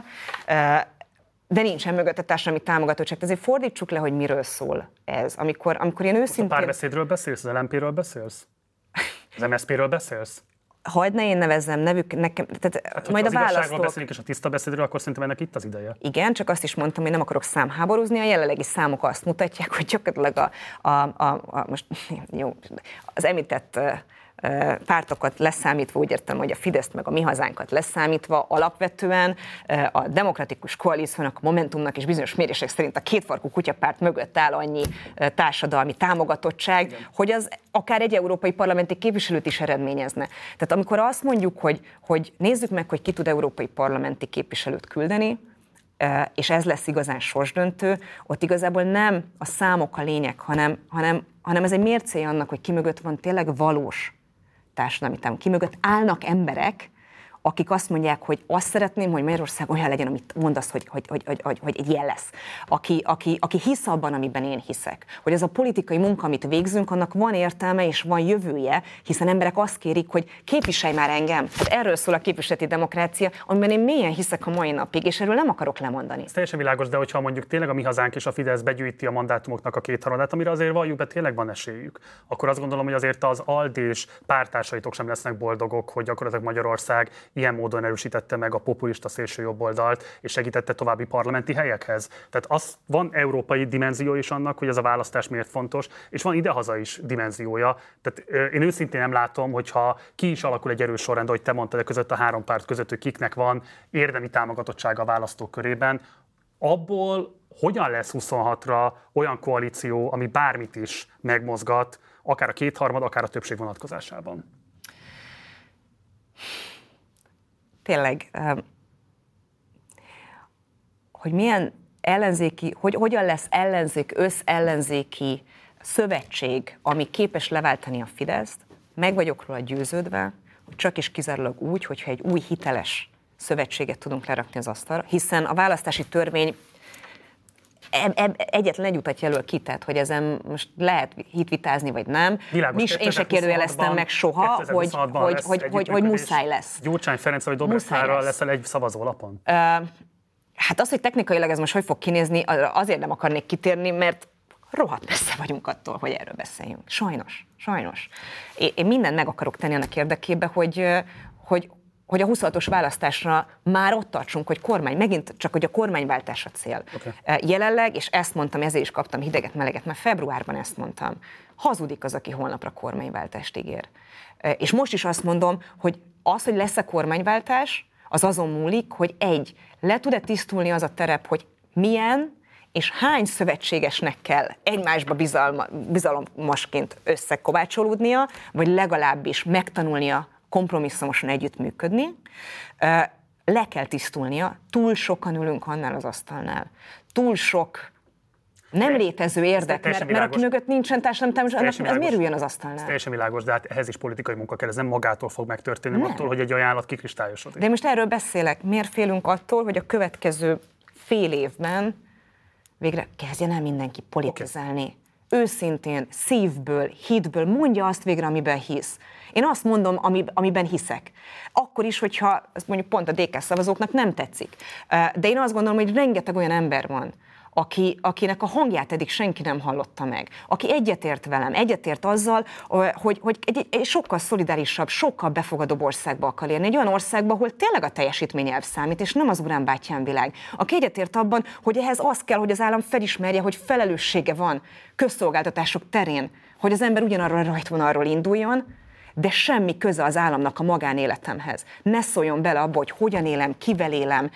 de nincsen mögötte társadalmi támogatottság. Ezért fordítsuk le, hogy miről szól ez. Amikor, amikor én őszintén... A párbeszédről beszélsz? Az el em pé-ről beszélsz? Az em es zé pé-ről beszélsz? Hagyd ne én nevezzem nevük, nekem, tehát hát, majd a választók... Ha választók... beszélünk és a tiszta beszédről, akkor szerintem ennek itt az ideje. Igen, csak azt is mondtam, hogy nem akarok számháborúzni, a jelenlegi számok azt mutatják, hogy gyakorlatilag a, a, a, a most, jó, az említett pártokat leszámítva, úgy értem, hogy a Fideszt meg a Mi Hazánkat leszámítva, alapvetően a Demokratikus Koalíciónak, a Momentumnak és bizonyos mérések szerint a kétfarkú kutyapárt mögött áll annyi társadalmi támogatottság, igen, hogy az akár egy európai parlamenti képviselőt is eredményezne. Tehát amikor azt mondjuk, hogy, hogy nézzük meg, hogy ki tud európai parlamenti képviselőt küldeni, és ez lesz igazán sorsdöntő, ott igazából nem a számok a lényeg, hanem, hanem, hanem ez egy mércéje annak, hogy ki mögött van tényleg valós társadalmi támog. Ki mögött állnak emberek, akik azt mondják, hogy azt szeretném, hogy Magyarország olyan legyen, amit mondasz, hogy, hogy, hogy, hogy, hogy, hogy egy ilyen lesz. Aki, aki, aki hisz abban, amiben én hiszek. Hogy ez a politikai munka, amit végzünk, annak van értelme és van jövője, hiszen emberek azt kérik, hogy képviselj már engem. Hát erről szól a képviseleti demokrácia, amiben én mélyen hiszek a mai napig, és erről nem akarok lemondani. Ez teljesen világos, de hogyha mondjuk tényleg a Mi Hazánk és a Fidesz begyűjti a mandátumoknak a kétharmadát, amire azért valljuk be, tényleg van esélyük, akkor azt gondolom, hogy azért az aldés pártársaitok sem lesznek boldogok, hogy gyakorlatilag Magyarország ilyen módon erősítette meg a populista szélső jobboldalt, és segítette további parlamenti helyekhez. Tehát az van európai dimenzió is annak, hogy ez a választás miért fontos, és van idehaza is dimenziója. Tehát én őszintén nem látom, hogyha ki is alakul egy erős sorrend, ahogy te mondtad, között a három párt között, hogy kiknek van érdemi támogatottsága a választók körében, abból hogyan lesz huszonhatra olyan koalíció, ami bármit is megmozgat, akár a kétharmad, akár a többség vonatkozásában? Tényleg, hogy milyen ellenzéki, hogy hogyan lesz ellenzék, összellenzéki szövetség, ami képes leváltani a Fideszt, meg vagyok róla győződve, hogy csak és kizárólag úgy, hogyha egy új hiteles szövetséget tudunk lerakni az asztalra, hiszen a választási törvény egyetlen egy utat jelöl ki, tehát, hogy ezen most lehet hitvitázni, vagy nem. Világos, Mis, én se kérdőjeleztem meg soha, hogy, hogy, hogy, hogy, hogy muszáj lesz. Gyurcsány Ferenc vagy Dobrev Klára leszel egy szavazólapon? Uh, hát az, hogy technikailag ez most hogy fog kinézni, azért nem akarnék kitérni, mert rohadt messze vagyunk attól, hogy erről beszéljünk. Sajnos, sajnos. Én, én mindent meg akarok tenni annak érdekében, hogy, hogy hogy a huszonhatos választásra már ott tartsunk, hogy kormány, megint csak, hogy a kormányváltás a cél. Okay. Jelenleg, és ezt mondtam, ezért is kaptam hideget, meleget, mert februárban ezt mondtam, hazudik az, aki holnapra kormányváltást ígér. És most is azt mondom, hogy az, hogy lesz-e kormányváltás, az azon múlik, hogy egy, le tud-e tisztulni az a terep, hogy milyen és hány szövetségesnek kell egymásba bizalma, bizalmasként összekovácsolódnia, vagy legalábbis megtanulnia kompromisszumosan együttműködni, le kell tisztulnia, túl sokan ülünk annál az asztalnál, túl sok nem létező érdek, mert, mert aki mögött nincsen társadalmi támogatás, az miért üljön az asztalnál? Ez teljesen világos, de hát ehhez is politikai munka kell, ez nem magától fog megtörténni, nem. attól, hogy egy ajánlat kikristályosodik. De most erről beszélek, miért félünk attól, hogy a következő fél évben végre kezdjen el mindenki politizálni. Okay. Őszintén, szívből, hitből, mondja azt végre, amiben hisz. Én azt mondom, amiben hiszek. Akkor is, hogyha ezt mondjuk pont a dé ká szavazóknak nem tetszik. De én azt gondolom, hogy rengeteg olyan ember van, aki, akinek a hangját eddig senki nem hallotta meg. Aki egyetért velem, egyetért azzal, hogy, hogy egy, egy sokkal szolidárisabb, sokkal befogadóbb országba akar érni. Egy olyan országba, ahol tényleg a teljesítményelv számít, és nem az urán bátyám világ. Aki egyetért abban, hogy ehhez az kell, hogy az állam felismerje, hogy felelőssége van közszolgáltatások terén, hogy az ember ugyanarról a rajtvonalról induljon, de semmi köze az államnak a magánéletemhez. Ne szóljon bele abba, hogy hogyan élem, kivel élem,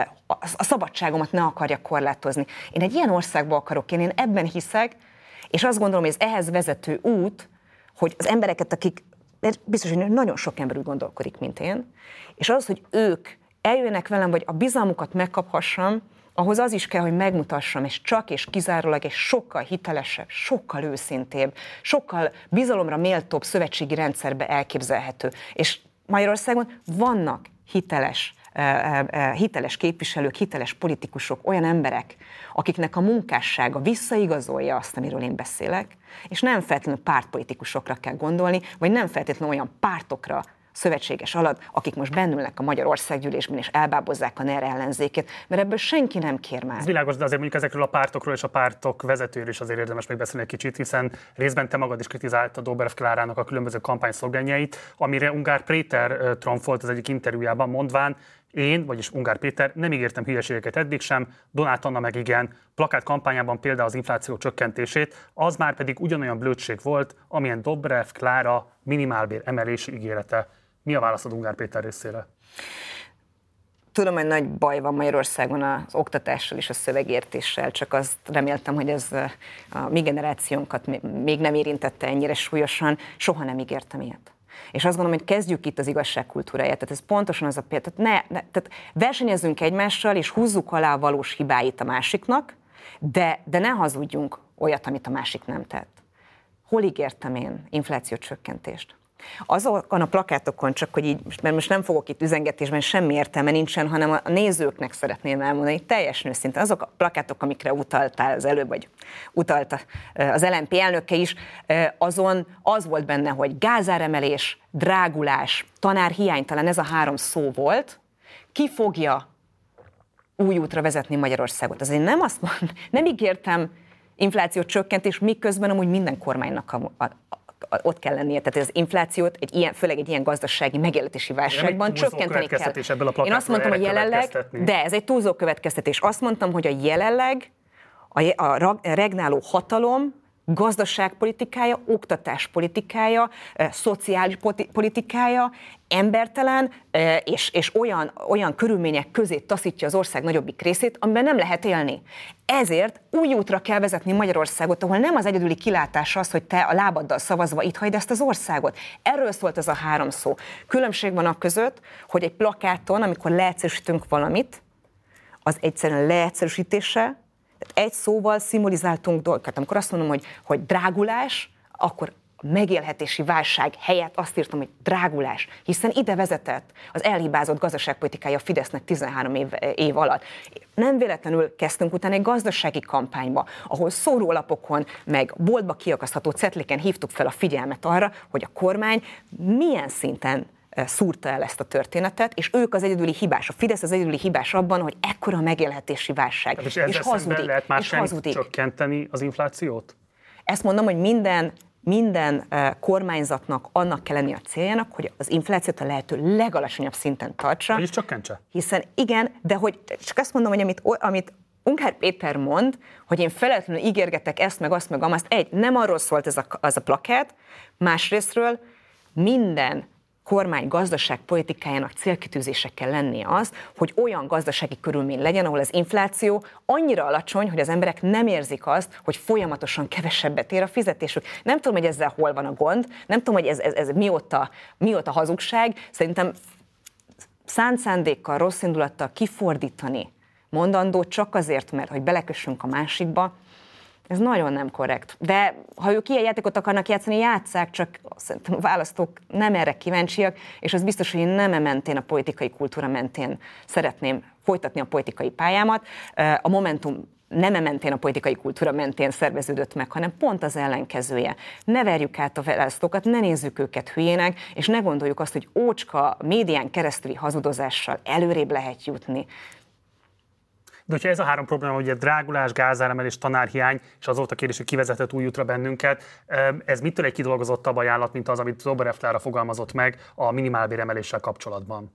a szabadságomat ne akarja korlátozni. Én egy ilyen országba akarok élni, én ebben hiszek, és azt gondolom, hogy ez ehhez vezető út, hogy az embereket, akik, biztos, hogy nagyon sok ember úgy gondolkodik, mint én, és az, hogy ők eljönnek velem, vagy a bizalmukat megkaphassam, ahhoz az is kell, hogy megmutassam, és csak és kizárólag egy sokkal hitelesebb, sokkal őszintébb, sokkal bizalomra méltóbb szövetségi rendszerbe elképzelhető. És Magyarországon vannak hiteles, hiteles képviselők, hiteles politikusok, olyan emberek, akiknek a munkássága visszaigazolja azt, amiről én beszélek, és nem feltétlenül pártpolitikusokra kell gondolni, vagy nem feltétlenül olyan pártokra, szövetséges alatt, akik most bennülnek a Magyar Országgyűlésben és elbábozzák a NER ellenzékét, mert ebből senki nem kér már. Ez világos, de azért mondjuk ezekről a pártokról és a pártok vezetőről is azért érdemes megbeszélni egy kicsit, hiszen részben te magad is kritizáltad Dobrev Klárának a különböző kampányszlogenjeit, amire Ungár Péter tromfolt az egyik interjújában, mondván, én, vagyis Ungár Péter, nem ígértem hülyeségeket eddig sem, Donát Anna meg igen, plakát kampányában például az infláció csökkentését, az már pedig ugyanolyan blödség volt, amilyen Dobrev Klára minimálbér emelési ígérete. Mi a válaszod Ungár Péter részére? Tudom, hogy nagy baj van Magyarországon az oktatással és a szövegértéssel, csak azt reméltem, hogy ez a mi generációnkat még nem érintette ennyire súlyosan. Soha nem ígértem ilyet. És azt gondolom, hogy kezdjük itt az igazság kultúráját. Tehát ez pontosan az a példa. Tehát, ne, ne, tehát versenyezzünk egymással, és húzzuk alá a valós hibáit a másiknak, de, de ne hazudjunk olyat, amit a másik nem tett. Hol ígértem én inflációcsökkentést? Azokon a plakátokon, csak hogy így, mert most nem fogok itt üzengetésben, semmi értelme nincsen, hanem a nézőknek szeretném elmondani, teljesen őszintén, azok a plakátok, amikre utaltál az előbb, vagy utalta az el en pé elnöke is, azon az volt benne, hogy gázáremelés, drágulás, tanárhiány, talán ez a három szó volt, ki fogja új útra vezetni Magyarországot. Azért nem azt mondom, nem ígértem infláció csökkentés, miközben amúgy minden kormánynak a, a, a, ott kell lennie. Tehát az inflációt, egy ilyen, főleg egy ilyen gazdasági megélhetési válságban csökkenteni kell. Én azt mondtam, hogy jelenleg, de ez egy túlzó következtetés. Azt mondtam, hogy a jelenleg a, a regnáló hatalom gazdaságpolitikája, oktatáspolitikája, szociális politikája embertelen és, és olyan, olyan körülmények közé taszítja az ország nagyobbik részét, amiben nem lehet élni. Ezért új útra kell vezetni Magyarországot, ahol nem az egyedüli kilátás az, hogy te a lábaddal szavazva itt hagyd ezt az országot. Erről szólt ez a három szó. Különbség van a között, hogy egy plakáton, amikor leegyszerűsítünk valamit, az egyszerűen leegyszerűsítése, tehát egy szóval szimbolizáltunk dolgokat. Amikor azt mondom, hogy, hogy drágulás, akkor a megélhetési válság helyett azt írtam, hogy drágulás, hiszen ide vezetett az elhibázott gazdaságpolitikája a Fidesznek tizenhárom év, év alatt. Nem véletlenül kezdtünk utána egy gazdasági kampányba, ahol szórólapokon, meg boltba kiakasztható cetliken hívtuk fel a figyelmet arra, hogy a kormány milyen szinten szúrta el ezt a történetet, és ők az egyedüli hibás. A Fidesz az egyedüli hibás abban, hogy ekkora megélhetési válság. És, és hazudik. Lehet már és sem hazudik. Csökkenteni az inflációt? Ezt mondom, hogy minden, minden uh, kormányzatnak annak kell lenni a céljának, hogy az inflációt a lehető legalacsonyabb szinten tartsa. És csökkentse. Hiszen igen, de hogy csak azt mondom, hogy amit, amit Ungár Péter mond, hogy én feltétlenül ígérgetek ezt, meg azt, meg amazt. Egy, nem arról szólt ez a, az a plakát, másrésztről minden kormány gazdaságpolitikájának célkitűzése kell lennie az, hogy olyan gazdasági körülmény legyen, ahol az infláció annyira alacsony, hogy az emberek nem érzik azt, hogy folyamatosan kevesebbet ér a fizetésük. Nem tudom, hogy ezzel hol van a gond, nem tudom, hogy ez, ez, ez mióta, mióta hazugság. Szerintem szánt szándékkal, rossz indulattal kifordítani mondandót csak azért, mert hogy belekössünk a másikba, ez nagyon nem korrekt. De ha ők ilyen játékot akarnak játszani, játsszák, csak szerintem a választók nem erre kíváncsiak, és az biztos, hogy én nem e mentén, a politikai kultúra mentén szeretném folytatni a politikai pályámat. A Momentum nem e mentén, a politikai kultúra mentén szerveződött meg, hanem pont az ellenkezője. Ne verjük át a választókat, ne nézzük őket hülyének, és ne gondoljuk azt, hogy ócska médián keresztüli hazudozással előrébb lehet jutni. De hogyha ez a három probléma, ugye drágulás, gázáremelés, tanárhiány, és az volt a kérdés, hogy kivezetett új útra bennünket, ez mitől egy kidolgozottabb ajánlat, mint az, amit Zóberev Klára fogalmazott meg a minimálbéremeléssel kapcsolatban?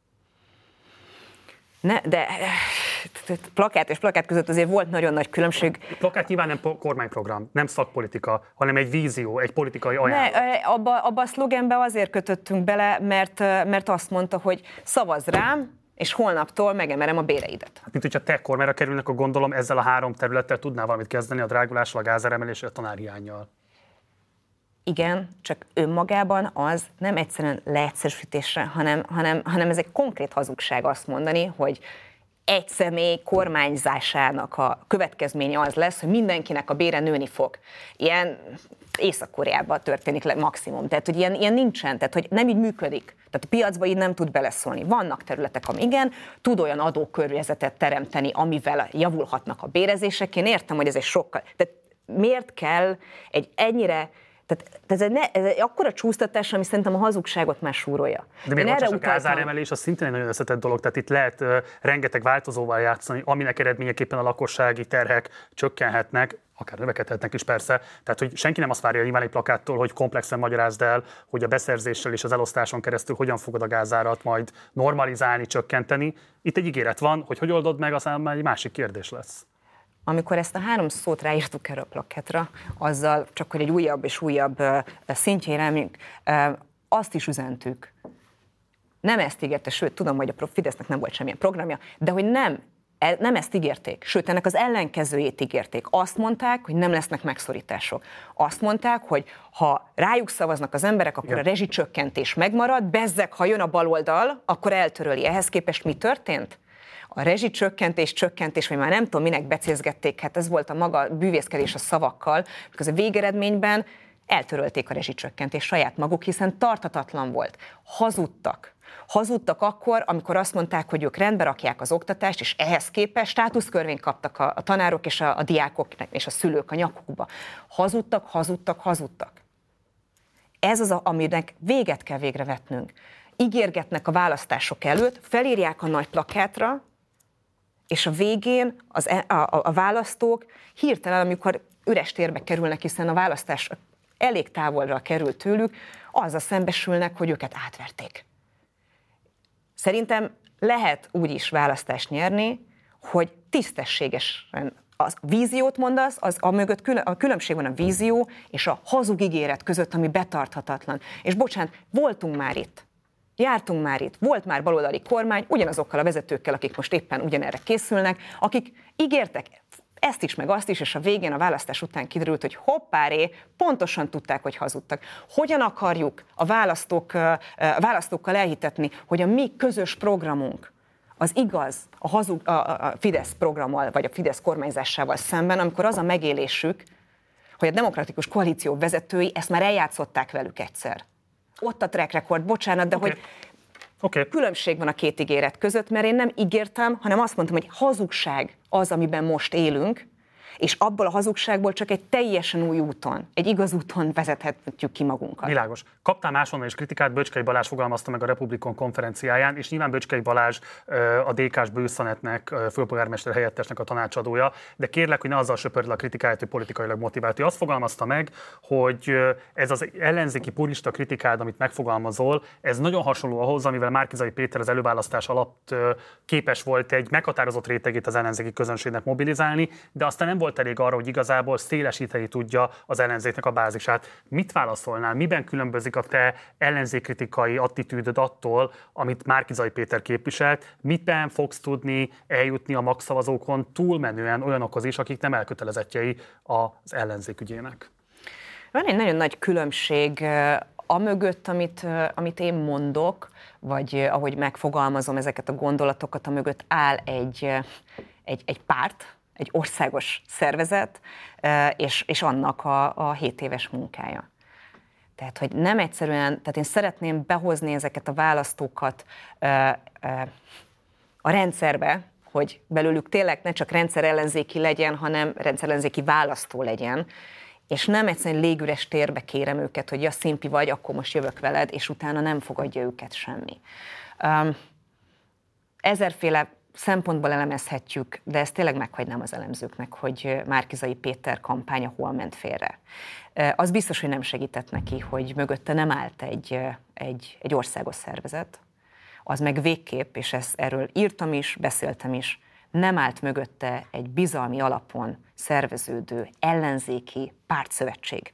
Ne, de plakát és plakát között azért volt nagyon nagy különbség. Plakát nyilván nem kormányprogram, nem szakpolitika, hanem egy vízió, egy politikai ajánlat. Ne, abba, abba a szlogenbe azért kötöttünk bele, mert, mert azt mondta, hogy szavazz rám, és holnaptól megemelem a béreidet. Hát, mint hogyha te kormányra kerülnek, akkor gondolom ezzel a három területtel tudnál valamit kezdeni, a drágulással, a gázáremeléssel, a tanárhiánnyal. Igen, csak önmagában az nem egyszerűen leegyszerűsítésre, hanem, hanem, hanem ez egy konkrét hazugság azt mondani, hogy egy személy kormányzásának a következménye az lesz, hogy mindenkinek a bére nőni fog. Ilyen Észak-Koreában történik le maximum. Tehát, hogy ilyen, ilyen nincsen, tehát, hogy nem így működik. Tehát a piacba így nem tud beleszólni. Vannak területek, ami igen, tud olyan adókörnyezetet teremteni, amivel javulhatnak a bérezések. Én értem, hogy ez egy sokkal... Tehát miért kell egy ennyire... Tehát ez egy, ne, ez egy akkora csúsztatás, ami szerintem a hazugságot már súrolja. De még erre a gázáremelés az szintén egy nagyon összetett dolog, tehát itt lehet uh, rengeteg változóval játszani, aminek eredményeképpen a lakossági terhek csökkenhetnek, akár növekedhetnek is persze. Tehát, hogy senki nem azt várja nyilván egy plakáttól, hogy komplexen magyarázd el, hogy a beszerzéssel és az elosztáson keresztül hogyan fogod a gázárat majd normalizálni, csökkenteni. Itt egy ígéret van, hogy hogy oldod meg, aztán már egy másik kérdés lesz. Amikor ezt a három szót ráírtuk erre a plakátra, azzal csak hogy egy újabb és újabb szintjére emeljünk, azt is üzentük. Nem ezt ígérte, sőt, tudom, hogy a Fidesznek nem volt semmilyen programja, de hogy nem Nem ezt ígérték, sőt, ennek az ellenkezőjét ígérték. Azt mondták, hogy nem lesznek megszorítások. Azt mondták, hogy ha rájuk szavaznak az emberek, akkor igen, a rezsicsökkentés megmarad, bezzeg, ha jön a baloldal, akkor eltöröli. Ehhez képest mi történt? A rezsicsökkentés, csökkentés, vagy már nem tudom, minek becézgették, hát ez volt a maga bűvészkedés a szavakkal, because a végeredményben eltörölték a rezsicsökkentést saját maguk, hiszen tarthatatlan volt. Hazudtak. Hazudtak akkor, amikor azt mondták, hogy ők rendbe rakják az oktatást, és ehhez képest státuszkörvényt kaptak a, a tanárok és a, a diákok és a szülők a nyakukba. Hazudtak, hazudtak, hazudtak. Ez az, aminek véget kell végre vetnünk. Ígérgetnek a választások előtt, felírják a nagy plakátra, és a végén az, a, a, a választók hirtelen, amikor üres térbe kerülnek, hiszen a választás elég távolra kerül tőlük, azzal szembesülnek, hogy őket átverték. Szerintem lehet úgy is választást nyerni, hogy tisztességesen a víziót mondasz, az a mögött külön, a különbség van a vízió és a hazug ígéret között, ami betarthatatlan. És bocsánat, voltunk már itt. Jártunk már itt, volt már baloldali kormány, ugyanazokkal a vezetőkkel, akik most éppen ugyanerre készülnek, akik ígértek ezt is, meg azt is, és a végén a választás után kiderült, hogy hoppáré, pontosan tudták, hogy hazudtak. Hogyan akarjuk a, választók, a választókkal elhitetni, hogy a mi közös programunk az igaz a, hazug, a Fidesz programmal, vagy a Fidesz kormányzásával szemben, amikor az a megélésük, hogy a demokratikus koalíció vezetői ezt már eljátszották velük egyszer. Ott a track record, bocsánat, de okay. hogy okay. különbség van a két ígéret között, mert én nem ígértem, hanem azt mondtam, hogy hazugság az, amiben most élünk, és abból a hazugságból csak egy teljesen új úton, egy igaz úton vezethetjük ki magunkat. Világos. Kaptál máshonnan is kritikát, Böcskei Balázs fogalmazta meg a Republikon konferenciáján, és nyilván Böcskei Balázs a dé ká-s Bőszanetnek, főpolgármester helyettesnek a tanácsadója, de kérlek, hogy ne azzal söpörd a kritikáját, hogy politikailag motivált. Ő azt fogalmazta meg, hogy ez az ellenzéki purista kritikád, amit megfogalmazol, ez nagyon hasonló ahhoz, amivel Márki-Zay Péter az előválasztás alatt képes volt egy meghatározott rétegét az ellenzéki közönségnek mobilizálni, de aztán nem volt elég arra, hogy igazából szélesíteni tudja az ellenzéknek a bázisát. Mit válaszolnál? Miben különbözik a te ellenzékkritikai attitűdöd attól, amit Márki-Zay Péter képviselt? Mitben fogsz tudni eljutni a magszavazókon túlmenően olyanokhoz is, akik nem elkötelezettjei az ellenzék ügyének? Van egy nagyon nagy különbség amögött, amit, amit én mondok, vagy ahogy megfogalmazom ezeket a gondolatokat, amögött áll egy, egy, egy párt, egy országos szervezet, és, és annak a, a hét éves munkája. Tehát, hogy nem egyszerűen, tehát én szeretném behozni ezeket a választókat a rendszerbe, hogy belőlük tényleg ne csak rendszerellenzéki legyen, hanem rendszerellenzéki választó legyen, és nem egyszerűen légüres térbe kérem őket, hogy ja, szimpi vagy, akkor most jövök veled, és utána nem fogadja őket semmi. Ezerféle szempontból elemezhetjük, de ezt tényleg meghagynám az elemzőknek, hogy Márki-Zay Péter kampánya hol ment félre. Az biztos, hogy nem segített neki, hogy mögötte nem állt egy, egy, egy országos szervezet, az meg végképp, és ezt, erről írtam is, beszéltem is, nem állt mögötte egy bizalmi alapon szerveződő ellenzéki pártszövetség.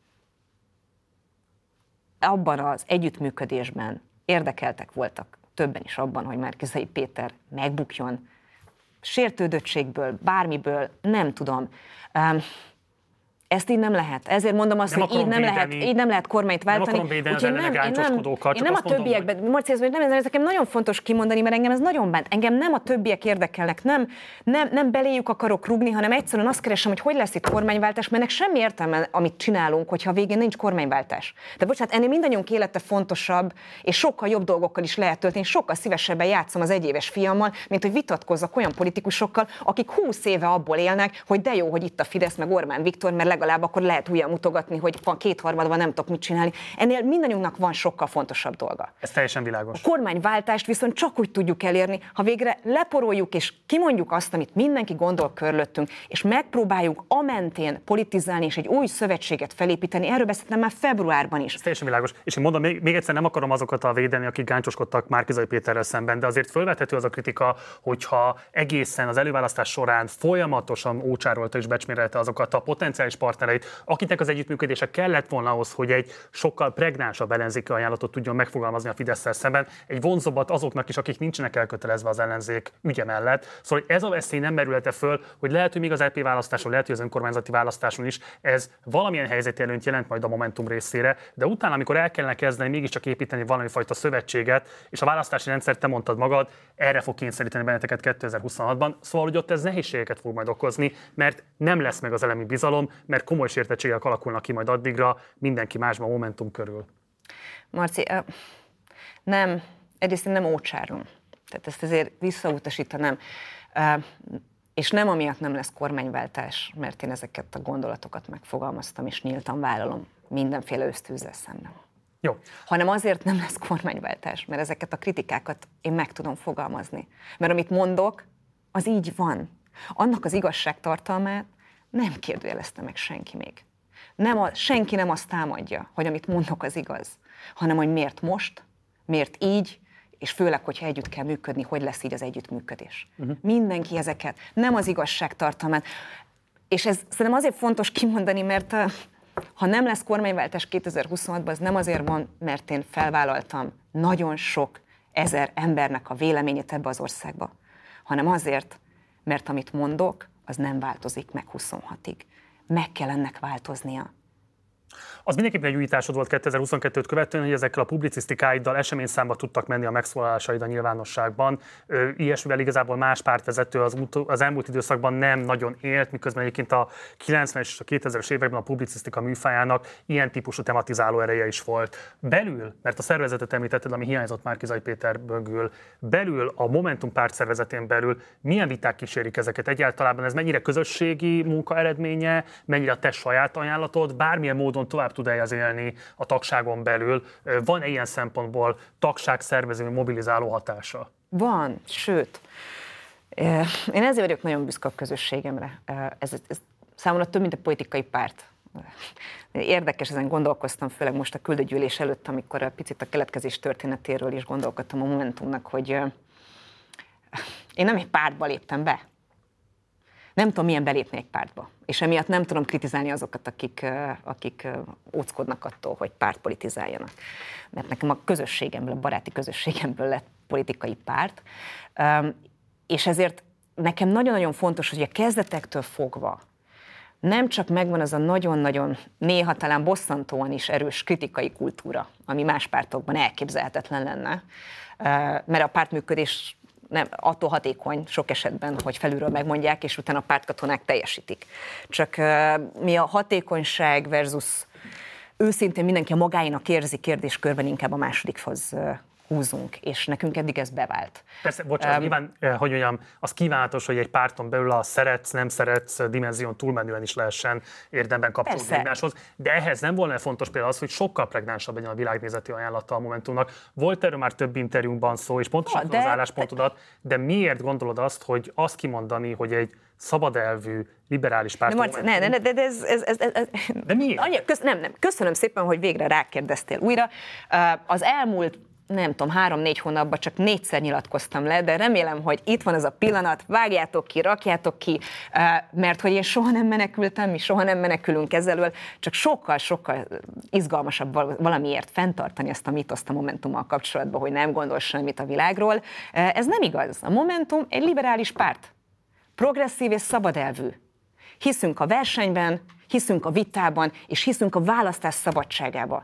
Abban az együttműködésben érdekeltek voltak többen is abban, hogy Márki-Zay Péter megbukjon. Sértődöttségből, bármiből, nem tudom. Um, ezt így nem lehet. Ezért mondom azt, nem hogy így nem, lehet, így nem lehet kormányt váltani. Nem akarom védeni az ellenek áncsoskodókat. Én nem a többiekben, hogy... Marci, ez, nem, ez nekem nagyon fontos kimondani, mert engem ez nagyon bánt. Engem nem a többiek érdekelnek, nem, nem, nem beléjük akarok rugni, hanem egyszerűen azt keresem, hogy hogy lesz itt kormányváltás, mert ennek semmi értelme, amit csinálunk, hogyha a végén nincs kormányváltás. De bocsánat, ennél mindannyiunk élete fontosabb, és sokkal jobb dolgokkal is lehet tölteni, sokkal szívesebben játszom az egyéves fiammal, mint hogy vitatkozzak olyan politikusokkal, akik húsz éve abból élnek, hogy de jó, hogy itt a Fidesz meg Orbán Viktor, mert legalább akkor lehet újra mutogatni, hogy van kétharmadban nem tudok mit csinálni. Ennél mindannyiunknak van sokkal fontosabb dolga. Ez teljesen világos. A kormányváltást viszont csak úgy tudjuk elérni, ha végre leporoljuk és kimondjuk azt, amit mindenki gondol körülöttünk, és megpróbáljuk a mentén politizálni és egy új szövetséget felépíteni. Erről beszéltem már februárban is. Ez teljesen világos. És én mondom, még, még egyszer nem akarom azokat a védeni, akik gáncsoskodtak Márki-Zay Péterrel szemben, de azért fölvethető az a kritika, hogyha egészen az előválasztás során folyamatosan ócsárolta és becsmérelte azokat a potenciális partnereit, akiknek az együttműködése kellett volna ahhoz, hogy egy sokkal pregnánsabb ellenzéki ajánlatot tudjon megfogalmazni a Fidesszel szemben, egy vonzóbbat azoknak is, akik nincsenek elkötelezve az ellenzék ügye mellett. Szóval ez a veszély nem merülete föl, hogy lehet, hogy még az é pé választáson, lehet, hogy az önkormányzati választáson is ez valamilyen helyzeti előnyt jelent majd a Momentum részére, de utána, amikor el kellene kezdeni mégiscsak építeni valami fajta szövetséget, és a választási rendszer, te mondtad magad, erre fog kényszeríteni benneteket kétezer-huszonhatban, szóval, hogy ott ez nehézségeket fog majd okozni, mert nem lesz meg az elemi bizalom, mert komoly sértettségek alakulnak ki majd addigra mindenki másban a Momentum körül. Marci, nem, egyrészt nem ócsárom. Tehát ezt azért visszautasítanám. És nem amiatt nem lesz kormányváltás, mert én ezeket a gondolatokat megfogalmaztam, és nyíltan vállalom mindenféle ösztűzzel szemben. Jó. Hanem azért nem lesz kormányváltás, mert ezeket a kritikákat én meg tudom fogalmazni. Mert amit mondok, az így van. Annak az igazságtartalmát nem kérdőjelezte meg senki még. Nem a, senki nem azt támadja, hogy amit mondok, az igaz, hanem hogy miért most, miért így, és főleg, hogyha együtt kell működni, hogy lesz így az együttműködés. Uh-huh. Mindenki ezeket, nem az igazságtartalmát. És ez szerintem azért fontos kimondani, mert ha nem lesz kormányváltás kétezer-huszonhatban, az nem azért van, mert én felvállaltam nagyon sok ezer embernek a véleményét ebbe az országba, hanem azért, mert amit mondok, az nem változik meg huszonhatig. Meg kell ennek változnia. Az mindenképpen egy újításod volt kétezer-huszonkettőt követően, hogy ezekkel a publicisztikáiddal eseményszámba tudtak menni a megszólalásaid a nyilvánosságban. Ilyesmivel igazából más pártvezető az, az elmúlt időszakban nem nagyon élt, miközben egyébként a kilencvenes és a kétezres években a publicisztika műfájának ilyen típusú tematizáló ereje is volt. Belül, mert a szervezetet említetted, ami hiányzott Márki-Zay Péter mögül, belül a Momentum párt szervezetén belül milyen viták kísérik ezeket egyáltalán? Ez mennyire közösségi munka eredménye, mennyire a te saját ajánlatod, bármilyen módon tovább tud-e ez élni a tagságon belül? Van-e ilyen szempontból tagságszervező, mobilizáló hatása? Van, sőt. Én ezért vagyok nagyon büszke a közösségemre. Ez, ez számomra több, mint a politikai párt. Érdekes, ezen gondolkoztam, főleg most a küldőgyűlés előtt, amikor a picit a keletkezés történetéről is gondolkodtam a Momentumnak, hogy én nem egy pártba léptem be. Nem tudom, milyen belépni egy pártba. És emiatt nem tudom kritizálni azokat, akik, akik óckodnak attól, hogy pártpolitizáljanak. Mert nekem a közösségemből, a baráti közösségemből lett politikai párt. És ezért nekem nagyon-nagyon fontos, hogy a kezdetektől fogva nem csak megvan az a nagyon-nagyon, néha talán bosszantóan is erős kritikai kultúra, ami más pártokban elképzelhetetlen lenne, mert a pártműködés nem attól hatékony sok esetben, hogy felülről megmondják, és utána a pártkatonák teljesítik. Csak uh, mi a hatékonyság versus őszintén mindenki a magáinak érzi kérdéskörben inkább a másodikhoz uh, húzunk, és nekünk eddig ez bevált. Persze, bocsánat, um, nyilván, hogy mondjam, az kívánatos, hogy egy párton belül a szeretsz, nem szeretsz dimenzión túlmenően is lehessen érdemben kapcsolódni egymáshoz, de ehhez nem volna fontos például az, hogy sokkal pregnánsabb legyen a világnézeti ajánlata a Momentumnak. Volt erről már több interjúnkban szó, és pontosan de, az álláspontodat, de miért gondolod azt, hogy azt kimondani, hogy egy szabadelvű, liberális párt. De, ne, ne, de, de ez, ez, ez, ez... De miért? Anya, kösz, nem, nem. Köszönöm szépen, hogy végre rákérdeztél újra. Az elmúlt nem tudom, három-négy hónapban csak négyszer nyilatkoztam le, de remélem, hogy itt van az a pillanat, vágjátok ki, rakjátok ki, mert hogy én soha nem menekültem, mi soha nem menekülünk ezzel elől, csak sokkal-sokkal izgalmasabb valamiért fenntartani ezt a mitoszt a Momentummal kapcsolatban, hogy nem gondol semmit a világról. Ez nem igaz. A Momentum egy liberális párt. Progresszív és szabadelvű. Hiszünk a versenyben, hiszünk a vitában, és hiszünk a választás szabadságába.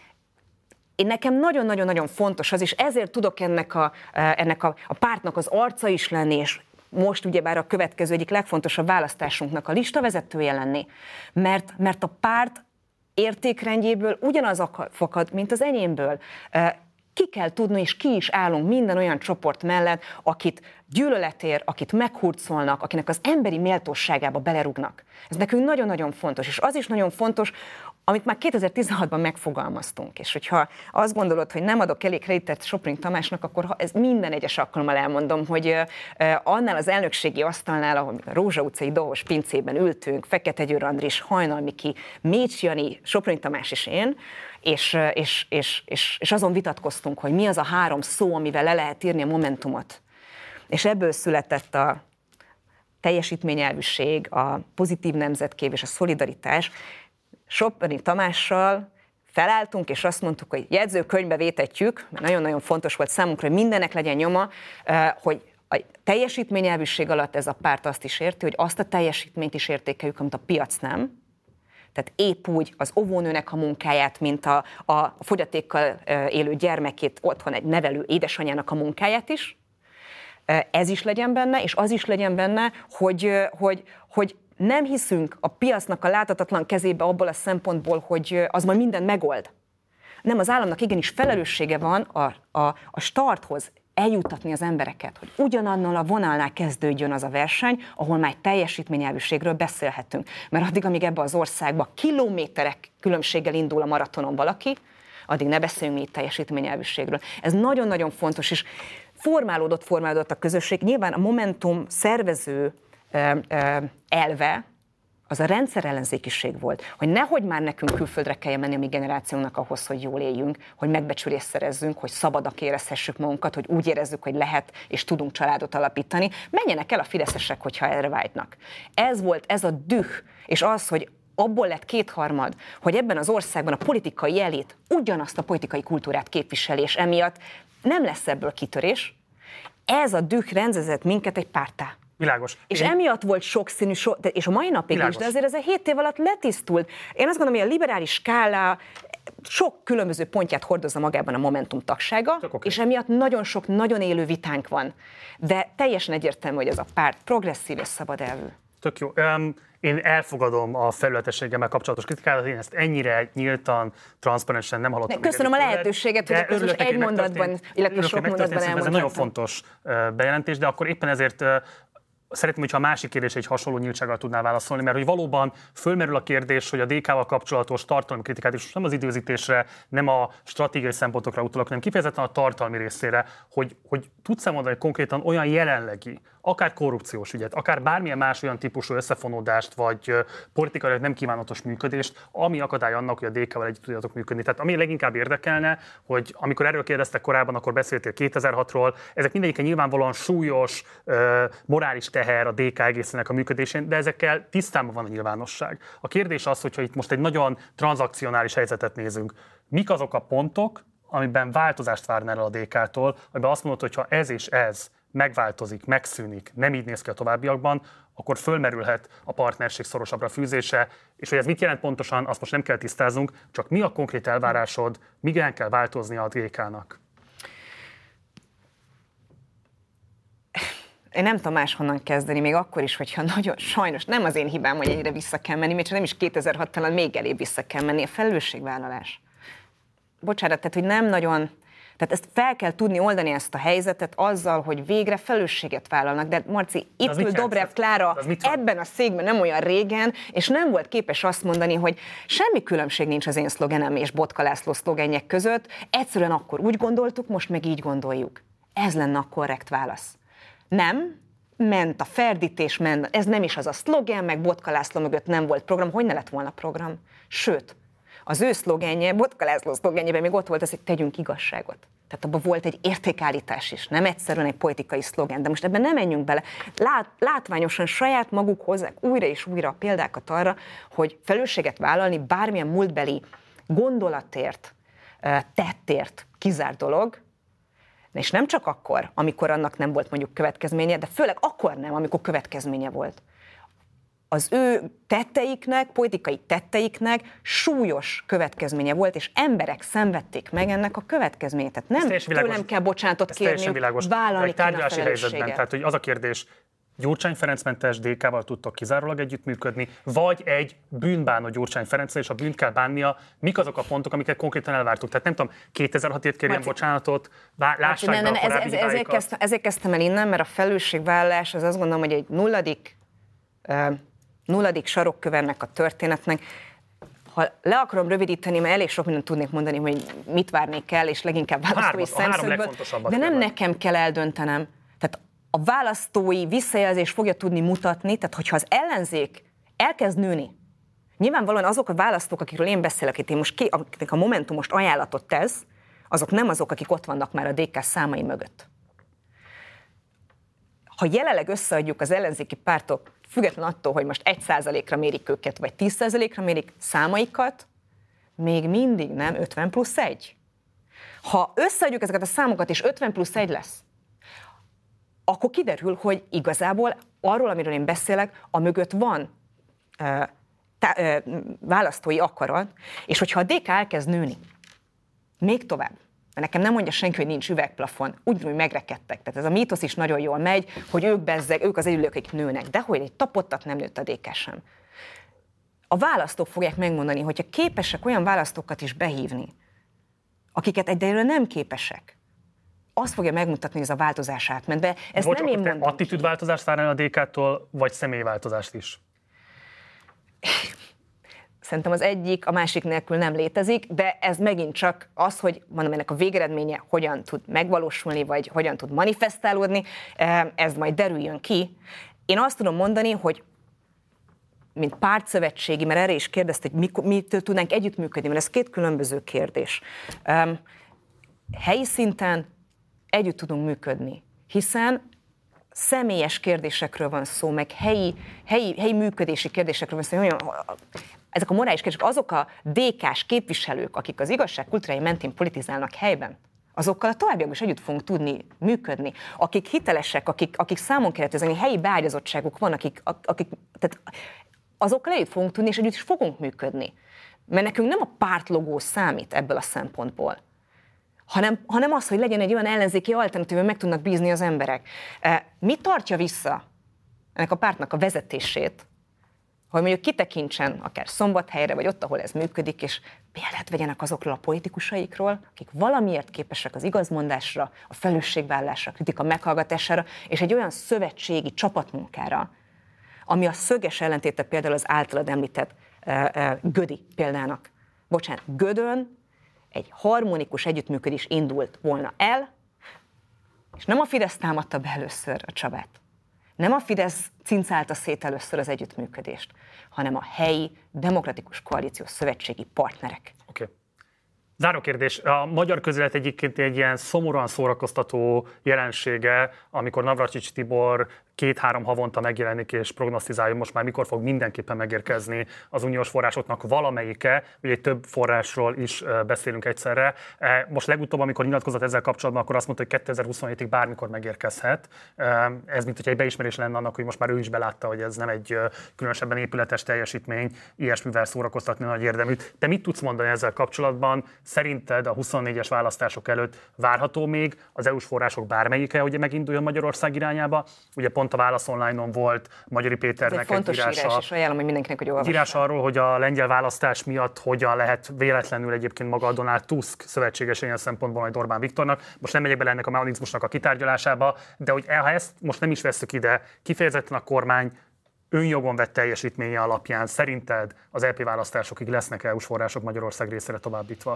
Én nekem nagyon-nagyon-nagyon fontos az, és ezért tudok ennek, a, ennek a, a pártnak az arca is lenni, és most ugyebár a következő egyik legfontosabb választásunknak a listavezetője lenni, mert, mert a párt értékrendjéből ugyanaz fakad, mint az enyémből. Ki kell tudni, és ki is állunk minden olyan csoport mellett, akit gyűlöletér, akit meghurcolnak, akinek az emberi méltóságába belerúgnak. Ez nekünk nagyon-nagyon fontos, és az is nagyon fontos, amit már kétezer-tizenhatban megfogalmaztunk, és hogyha azt gondolod, hogy nem adok elég kreditet Soprin Tamásnak, akkor ez minden egyes alkalommal elmondom, hogy annál az elnökségi asztalnál, ahol a Rózsa utcai dohos pincében ültünk, Fekete Győr Andris, Hajnal Miki, Mécs Jani, Soprin Tamás és én, és, és, és, és, és azon vitatkoztunk, hogy mi az a három szó, amivel le lehet írni a Momentumot. És ebből született a teljesítményelvűség, a pozitív nemzetkép és a szolidaritás. Soppani Tamással felálltunk, és azt mondtuk, hogy jegyzőkönyvbe vétetjük, mert nagyon-nagyon fontos volt számunkra, hogy mindennek legyen nyoma, hogy a teljesítményelvűség alatt ez a párt azt is érti, hogy azt a teljesítményt is értékeljük, amit a piac nem. Tehát épp úgy az óvónőnek a munkáját, mint a, a fogyatékkal élő gyermekét otthon egy nevelő édesanyának a munkáját is. Ez is legyen benne, és az is legyen benne, hogy, hogy, hogy nem hiszünk a piacnak a láthatatlan kezébe abból a szempontból, hogy az majd mindent megold. Nem, az államnak igenis felelőssége van a, a, a starthoz eljuttatni az embereket, hogy ugyanannal a vonalnál kezdődjön az a verseny, ahol már teljesítményelvűségről beszélhetünk. Mert addig, amíg ebbe az országba kilométerek különbséggel indul a maratonon valaki, addig ne beszéljünk mi itt teljesítményelvűségről. Ez nagyon-nagyon fontos, és formálódott, formálódott a közösség. Nyilván a Momentum szervező elve, az a rendszerellenzékiség volt, hogy nehogy már nekünk külföldre kelljen menni a mi generációnak ahhoz, hogy jól éljünk, hogy megbecsülést szerezzünk, hogy szabadak érezhessük magunkat, hogy úgy érezzük, hogy lehet és tudunk családot alapítani. Menjenek el a fideszesek, hogyha erre vágynak. Ez volt, ez a düh, és az, hogy abból lett kétharmad, hogy ebben az országban a politikai elit ugyanazt a politikai kultúrát képviseli, és emiatt nem lesz ebből kitörés. Ez a düh rendezett minket egy párttá. Világos. És Én... emiatt volt sokszínű, so, de, és a mai napig Világos. Is, de azért ez a hét év alatt letisztult. Én azt gondolom, hogy a liberális skálá sok különböző pontját hordozza magában a Momentum tagsága, okay. És emiatt nagyon sok, nagyon élő vitánk van. De teljesen egyértelmű, hogy ez a párt progresszív és szabad elvű. Tök jó. Um, én elfogadom a felületességemmel kapcsolatos kritikát, én ezt ennyire nyíltan, transzparensen nem hallottam. Ne, köszönöm a lehetőséget, hogy ez most egy mondatban, illetve sok mondatban elmondhatom. Ez egy nagyon fontos uh, bejelentés, de akkor éppen ezért uh, szeretném, hogyha a másik kérdés egy hasonló nyíltsággal tudnál válaszolni, mert hogy valóban fölmerül a kérdés, hogy a dé ká-val kapcsolatos tartalmi kritikát, és nem az időzítésre, nem a stratégiai szempontokra utalok, hanem kifejezetten a tartalmi részére, hogy, hogy tudsz-e mondani konkrétan olyan jelenlegi, akár korrupciós ügyet, akár bármilyen más olyan típusú összefonódást, vagy politikai nem kívánatos működést, ami akadály annak, hogy a dé ká-val együtt tudjatok működni. Tehát ami leginkább érdekelne, hogy amikor erről kérdeztek korábban, akkor beszéltél kétezer-hatról, ezek mindegyike nyilvánvalóan súlyos, morális teher a dé ká egészének a működésén, de ezekkel tisztában van a nyilvánosság. A kérdés az, hogyha itt most egy nagyon tranzakcionális helyzetet nézünk, mik azok a pontok, amiben változást várnál el a dé ká-tól, amiben azt mondod, hogy ha ez és ez megváltozik, megszűnik, nem így néz ki a továbbiakban, akkor fölmerülhet a partnerség szorosabbra fűzése, és hogy ez mit jelent pontosan, azt most nem kell tisztáznunk, csak mi a konkrét elvárásod, migen kell változni a dé ká-nak? Én nem tudom máshonnan kezdeni, még akkor is, hogyha nagyon sajnos nem az én hibám, hogy ennyire vissza kell menni, még csak nem is kétezer-hat, talán még elébb vissza kell menni. A felelősségvállalás. Bocsánat, tehát, hogy nem nagyon... Tehát ezt fel kell tudni oldani, ezt a helyzetet azzal, hogy végre felelősséget vállalnak. De Marci, itt ül Dobrev Klára ebben a székben nem olyan régen, és nem volt képes azt mondani, hogy semmi különbség nincs az én szlogenem és Botka László szlogenjek között, egyszerűen akkor úgy gondoltuk, most meg így gondoljuk. Ez lenne a korrekt válasz. Nem, ment a ferdítés, ment, ez nem is az a szlogen, meg Botka László mögött nem volt program, hogy ne lett volna program. Sőt, az ő szlogenje, Botka László szlogenjében még ott volt az, hogy tegyünk igazságot. Tehát abban volt egy értékállítás is, nem egyszerűen egy politikai szlogen, de most ebben nem menjünk bele. Lát, látványosan saját maguk hozzák újra és újra a példákat arra, hogy felelősséget vállalni bármilyen múltbeli gondolatért, tettért kizárt dolog, és nem csak akkor, amikor annak nem volt mondjuk következménye, de főleg akkor nem, amikor következménye volt. Az ő tetteiknek, politikai tetteiknek súlyos következménye volt, és emberek szenvedték meg ennek a következményét. Tehát nem tőlem kell bocsánatot kérni, vállalni kell a felelősséget. Tehát, hogy az a kérdés, Gyurcsány Ferencmentes dé ká-val tudtok kizárólag együttműködni, vagy egy bűnbánó Gyurcsány Ferenccel, és a bűnt kell bánnia, mik azok a pontok, amiket konkrétan elvártuk? Tehát nem tudom, kétezer-hatért kérjen bocsánatot, lássák be a korábbi ez, ez, ezért, kezdtem, ezért kezdtem el innen, mert a felelősségvállalás az azt gondolom, hogy egy nulladik, uh, nulladik sarokkövernek a történetnek. Ha le akarom rövidíteni, mert elég sok mindent tudnék mondani, hogy mit várnék el, és leginkább választói szemszögből, de nem nekem kell eldöntenem. Tehát a választói visszajelzés fogja tudni mutatni, tehát hogyha az ellenzék elkezd nőni, nyilvánvalóan azok a választók, akikről én beszélek, itt én most ki, akiknek a Momentum most ajánlatot tesz, azok nem azok, akik ott vannak már a dé ká számai mögött. ha jelenleg összeadjuk az ellenzéki pártok, független attól, hogy most egy százalékra mérik őket, vagy tíz százalékra mérik számaikat, még mindig nem ötven plusz egy. Ha összeadjuk ezeket a számokat, és ötven plusz egy lesz, akkor kiderül, hogy igazából arról, amiről én beszélek, a mögött van uh, tá, uh, választói akarat, és hogyha a dé ká elkezd nőni, még tovább, mert nekem nem mondja senki, hogy nincs üvegplafon, ugyanúgy megrekedtek. Tehát ez a mítosz is nagyon jól megy, hogy ők bezzeg, ők az egyedülök, akik nőnek, de hogy egy tapottat nem nőtt a dé ká sem. A választók fogják megmondani, hogyha képesek olyan választókat is behívni, akiket egyelőre nem képesek, azt fogja megmutatni, hogy ez a változás átment be. Ezt Bocs, nem én mondom. Attitűdváltozást várnál a dé ká-tól, vagy személyváltozást is? Szerintem az egyik, a másik nélkül nem létezik, de ez megint csak az, hogy mondom, ennek a végeredménye hogyan tud megvalósulni, vagy hogyan tud manifestálódni, ez majd derüljön ki. Én azt tudom mondani, hogy mint pártszövetségi, mert erre is kérdezte, hogy mikor, mitől tudnánk együttműködni, mert ez két különböző kérdés. Um, helyi szinten együtt tudunk működni, hiszen személyes kérdésekről van szó, meg helyi, helyi, helyi működési kérdésekről van szó. Olyan, ezek a morális kérdések, azok a dé ká-s képviselők, akik az igazság kultúrája mentén politizálnak helyben, azokkal a továbbiakban is együtt fogunk tudni működni. Akik hitelesek, akik, akik számon keretezeni, helyi beágyazottságuk van, akik, akik tehát azokkal együtt fogunk tudni, és együtt is fogunk működni. Mert nekünk nem a pártlogó számít ebből a szempontból, hanem, hanem az, hogy legyen egy olyan ellenzéki alternatív, meg tudnak bízni az emberek. Mi tartja vissza ennek a pártnak a vezetését, hogy mondjuk kitekintsen akár Szombathelyre, vagy ott, ahol ez működik, és példát vegyenek azokról a politikusaikról, akik valamiért képesek az igazmondásra, a felelősségvállásra, a kritika meghallgatására, és egy olyan szövetségi csapatmunkára, ami a szöges ellentéte például az általad említett uh, uh, Gödi példának. Bocsánat, Gödön egy harmonikus együttműködés indult volna el, és nem a Fidesz támadta be először a Csabát. Nem a Fidesz cincálta szét először az együttműködést, hanem a helyi demokratikus koalíciós szövetségi partnerek. Oké. Okay. Záró kérdés. A magyar közélet egyébként egy ilyen szomorúan szórakoztató jelensége, amikor Navracsics Tibor két-három havonta megjelenik és prognosztizálja, most már mikor fog mindenképpen megérkezni az uniós forrásoknak valamelyike, ugye több forrásról is beszélünk egyszerre. Most legutóbb, amikor nyilatkozott ezzel kapcsolatban, akkor azt mondta, hogy kétezer-huszonhétig bármikor megérkezhet. Ez mint hogy egy beismerés lenne annak, hogy most már ő is belátta, hogy ez nem egy különösebben épületes teljesítmény, ilyesmivel szórakoztatni nagy érdeműt. Te mit tudsz mondani ezzel kapcsolatban? Szerinted a huszonnégyes választások előtt várható még az é u-s források bármelyike, hogy meginduljon Magyarország irányába? Ugye pont a Válasz Online-on volt Magyari Péternek egy, egy írása, írás, és ajánlom, hogy mindenkinek, hogy olvassa. Írás arról, hogy a lengyel választás miatt hogyan lehet véletlenül egyébként maga a Donald Tusk szövetséges ilyen szempontból majd Orbán Viktornak. Most nem megyek bele ennek a mechanizmusnak a kitárgyalásába, de hogy ha ezt most nem is vesszük ide, kifejezetten a kormány önjogon vett teljesítménye alapján szerinted az é pé választásokig lesznek é u-s források Magyarország részére továbbítva?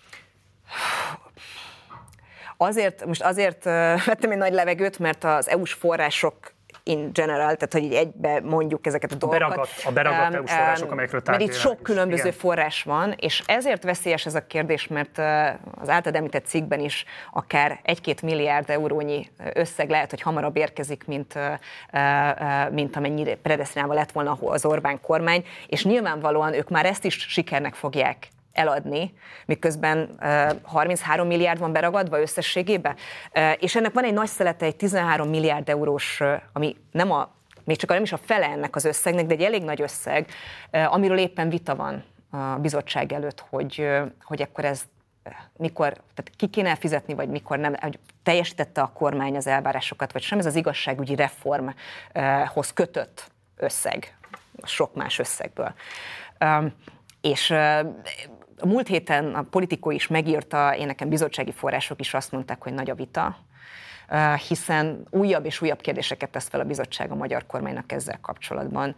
Azért, most azért vettem egy nagy levegőt, mert az é u-s források in general, tehát hogy így egybe mondjuk ezeket a dolgokat. A beragadt, a beragadt é u-s források, amelyekről tárgyalják. Mert itt sok különböző igen. forrás van, és ezért veszélyes ez a kérdés, mert az általad említett cikkben is akár egy-két milliárd eurónyi összeg lehet, hogy hamarabb érkezik, mint, mint amennyire predesztinálva lett volna az Orbán kormány, és nyilvánvalóan ők már ezt is sikernek fogják eladni, miközben uh, harminchárom milliárd van beragadva összességében. Uh, és ennek van egy nagy szelete, egy tizenhárom milliárd eurós, uh, ami nem a, még csak nem is a fele ennek az összegnek, de egy elég nagy összeg, uh, amiről éppen vita van a bizottság előtt, hogy, uh, hogy akkor ez uh, mikor, tehát ki kéne fizetni, vagy mikor nem, hogy teljesítette a kormány az elvárásokat, vagy sem, ez az igazságügyi reformhoz kötött összeg, sok más összegből. Um, és uh, A múlt héten a Politico is megírta, én nekem bizottsági források is azt mondták, hogy nagy a vita, hiszen újabb és újabb kérdéseket tesz fel a bizottság a magyar kormánynak ezzel kapcsolatban.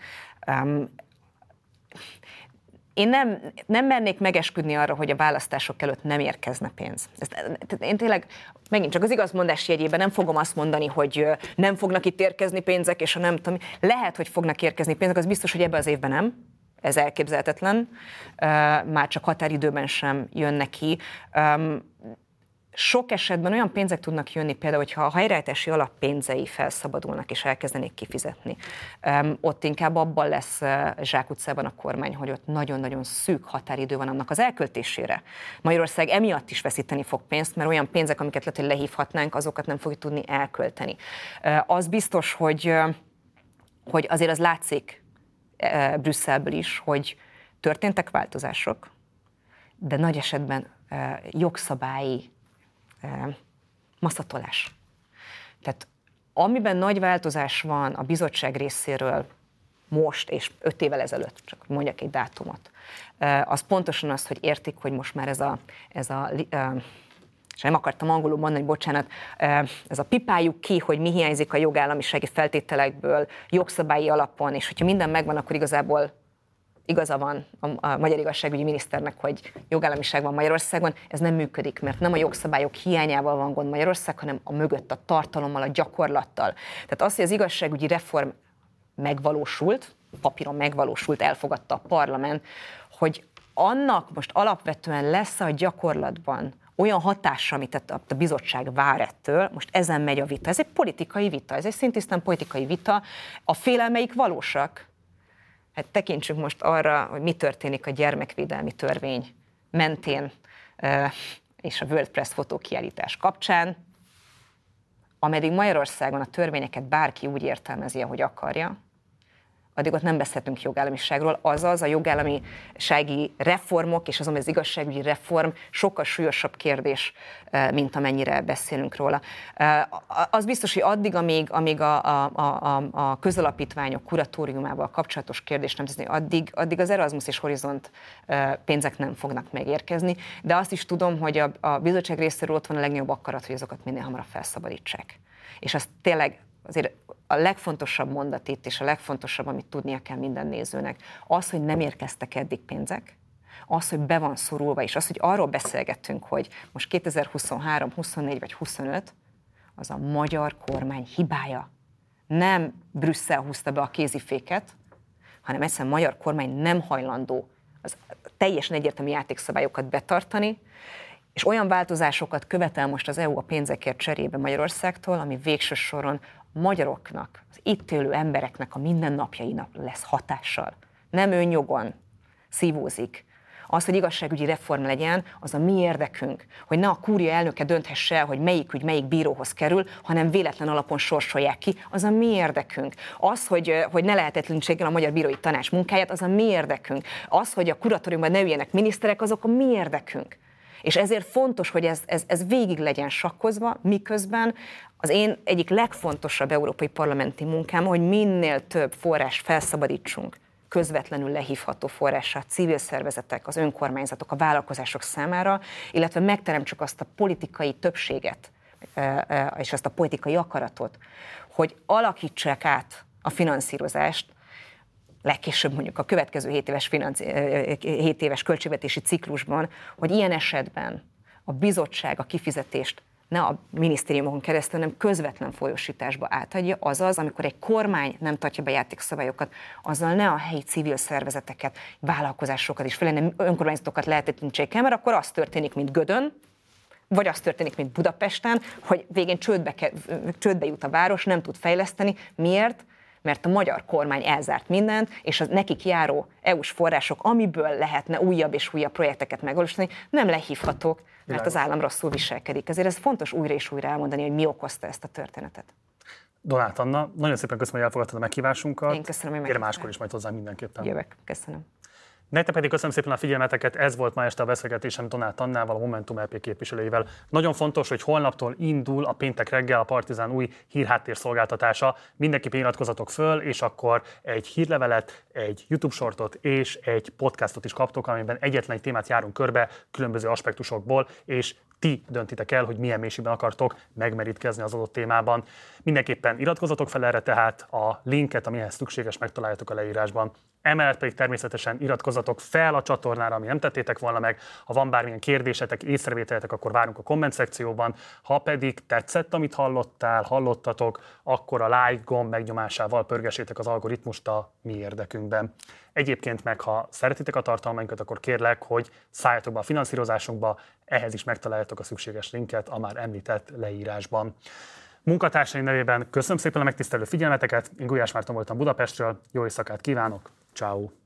Én nem, nem mernék megesküdni arra, hogy a választások előtt nem érkezne pénz. Ezt, én tényleg megint csak az igazmondás jegyében nem fogom azt mondani, hogy nem fognak itt érkezni pénzek, és ha nem tudom, lehet, hogy fognak érkezni pénzek, az biztos, hogy ebben az évben nem. Ez elképzelhetetlen, már csak határidőben sem jön neki. sok esetben olyan pénzek tudnak jönni, például, hogyha a helyreállítási alap pénzei felszabadulnak és elkezdenék kifizetni. Um, ott inkább abban lesz uh, zsákutcában a kormány, hogy ott nagyon-nagyon szűk határidő van annak az elköltésére. Magyarország emiatt is veszíteni fog pénzt, mert olyan pénzek, amiket lehet, hogy lehívhatnánk, azokat nem fogjuk tudni elkölteni. Uh, az biztos, hogy, uh, hogy azért az látszik uh, Brüsszelből is, hogy történtek változások, de nagy esetben uh, jogszabályi maszatolás. Tehát amiben nagy változás van a bizottság részéről most és öt évvel ezelőtt, csak mondjak egy dátumot, az pontosan az, hogy értik, hogy most már ez a, ez a és nem akartam angolul mondani, bocsánat, ez a pipáljuk ki, hogy mi hiányzik a jogállamisági feltételekből, jogszabályi alapon, és hogyha minden megvan, akkor igazából igaza van a, a magyar igazságügyi miniszternek, hogy jogállamiság van Magyarországon, ez nem működik, mert nem a jogszabályok hiányával van gond Magyarország, hanem a mögött, a tartalommal, a gyakorlattal. Tehát az, hogy az igazságügyi reform megvalósult, papíron megvalósult, elfogadta a parlament, hogy annak most alapvetően lesz a gyakorlatban olyan hatása, amit a bizottság vár ettől, most ezen megy a vita. Ez egy politikai vita, ez egy szintisztán politikai vita, a félelmeik valósak. Hát tekintsünk most arra, hogy mi történik a gyermekvédelmi törvény mentén és a World Press fotókiállítás kapcsán. Ameddig Magyarországon a törvényeket bárki úgy értelmezi, ahogy akarja, addig ott nem beszélhetünk jogállamiságról, azaz a jogállamisági reformok és azon az igazságügyi reform sokkal súlyosabb kérdés, mint amennyire beszélünk róla. Az biztos, hogy addig, amíg, amíg a, a, a, a közalapítványok kuratóriumával kapcsolatos kérdés nem teszni, addig, addig az Erasmus és Horizont pénzek nem fognak megérkezni, de azt is tudom, hogy a, a bizottság részéről ott van a legnagyobb akarat, hogy azokat minél hamarabb felszabadítsák. És az tényleg azért a legfontosabb mondat itt, és a legfontosabb, amit tudnia kell minden nézőnek, az, hogy nem érkeztek eddig pénzek, az, hogy be van szorulva, és az, hogy arról beszélgettünk, hogy most kétezer-huszonhárom, huszonnégy vagy huszonöt, az a magyar kormány hibája. Nem Brüsszel húzta be a kéziféket, hanem egyszerűen a magyar kormány nem hajlandó az teljesen egyértelmű játékszabályokat betartani, és olyan változásokat követel most az é u a pénzekért cserébe Magyarországtól, ami végső soron magyaroknak, az itt élő embereknek a mindennapjainak lesz hatással. Nem önjogon szívózik. Az, hogy igazságügyi reform legyen, az a mi érdekünk, hogy ne a kúria elnöke dönthesse el, hogy melyik ügy melyik bíróhoz kerül, hanem véletlen alapon sorsolják ki, az a mi érdekünk. Az, hogy, hogy ne lehetetlenítséggel a Magyar Bírói Tanács munkáját, az a mi érdekünk. Az, hogy a kuratóriumban ne üljenek miniszterek, azok a mi érdekünk. És ezért fontos, hogy ez, ez, ez végig legyen sakkozva, miközben az én egyik legfontosabb európai parlamenti munkám, hogy minél több forrást felszabadítsunk, közvetlenül lehívható forrással a civil szervezetek, az önkormányzatok, a vállalkozások számára, illetve megteremtsük azt a politikai többséget és azt a politikai akaratot, hogy alakítsák át a finanszírozást, legkésőbb mondjuk a következő hét éves, finansz, hét éves költségvetési ciklusban, hogy ilyen esetben a bizottság a kifizetést ne a minisztériumokon keresztül, hanem közvetlen folyósításba átadja, azaz, amikor egy kormány nem tartja be játékszabályokat, azzal ne a helyi civil szervezeteket, vállalkozásokat és főleg önkormányzatokat lehetetlenítsék el, mert akkor az történik, mint Gödön, vagy az történik, mint Budapesten, hogy végén csődbe, csődbe jut a város, nem tud fejleszteni. Miért? Mert a magyar kormány elzárt mindent, és az nekik járó é u-s források, amiből lehetne újabb és újabb projekteket megvalósítani, nem lehívhatók, mert az állam rosszul viselkedik. Ezért ez fontos újra és újra elmondani, hogy mi okozta ezt a történetet. Donát Anna, nagyon szépen köszönöm, hogy elfogadtad a meghívásunkat. Én köszönöm, hogy meghívtál. Máskor is majd hozzá mindenképpen. Jövök, köszönöm. Nektek pedig köszönöm szépen a figyelmeteket, ez volt ma este a beszélgetésem Donát Annával, a Momentum é pé képviselőivel. Nagyon fontos, hogy holnaptól indul a péntek reggel a Partizán új hírháttér szolgáltatása. Mindenképpen iratkozzatok föl, és akkor egy hírlevelet, egy YouTube sortot és egy podcastot is kaptok, amiben egyetlen egy témát járunk körbe különböző aspektusokból, és ti döntitek el, hogy milyen mélységben akartok megmerítkezni az adott témában. Mindenképpen iratkozzatok fel erre, tehát a linket, amihez szükséges, megtaláljátok a leírásban. Emellett pedig természetesen iratkozzatok fel a csatornára, ami nem tettétek volna meg. Ha van bármilyen kérdésetek, észrevételetek, akkor várunk a komment szekcióban. Ha pedig tetszett, amit hallottál, hallottatok, akkor a like gomb megnyomásával pörgessétek az algoritmust a mi érdekünkben. Egyébként meg, ha szeretitek a tartalmainkat, akkor kérlek, hogy szálljatok be a finanszírozásunkba, ehhez is megtaláljátok a szükséges linket a már említett leírásban. Munkatársaim nevében köszönöm szépen a megtisztelő figyelmeteket, én Gulyás Márton voltam Budapestről, jó éjszakát kívánok, ciao.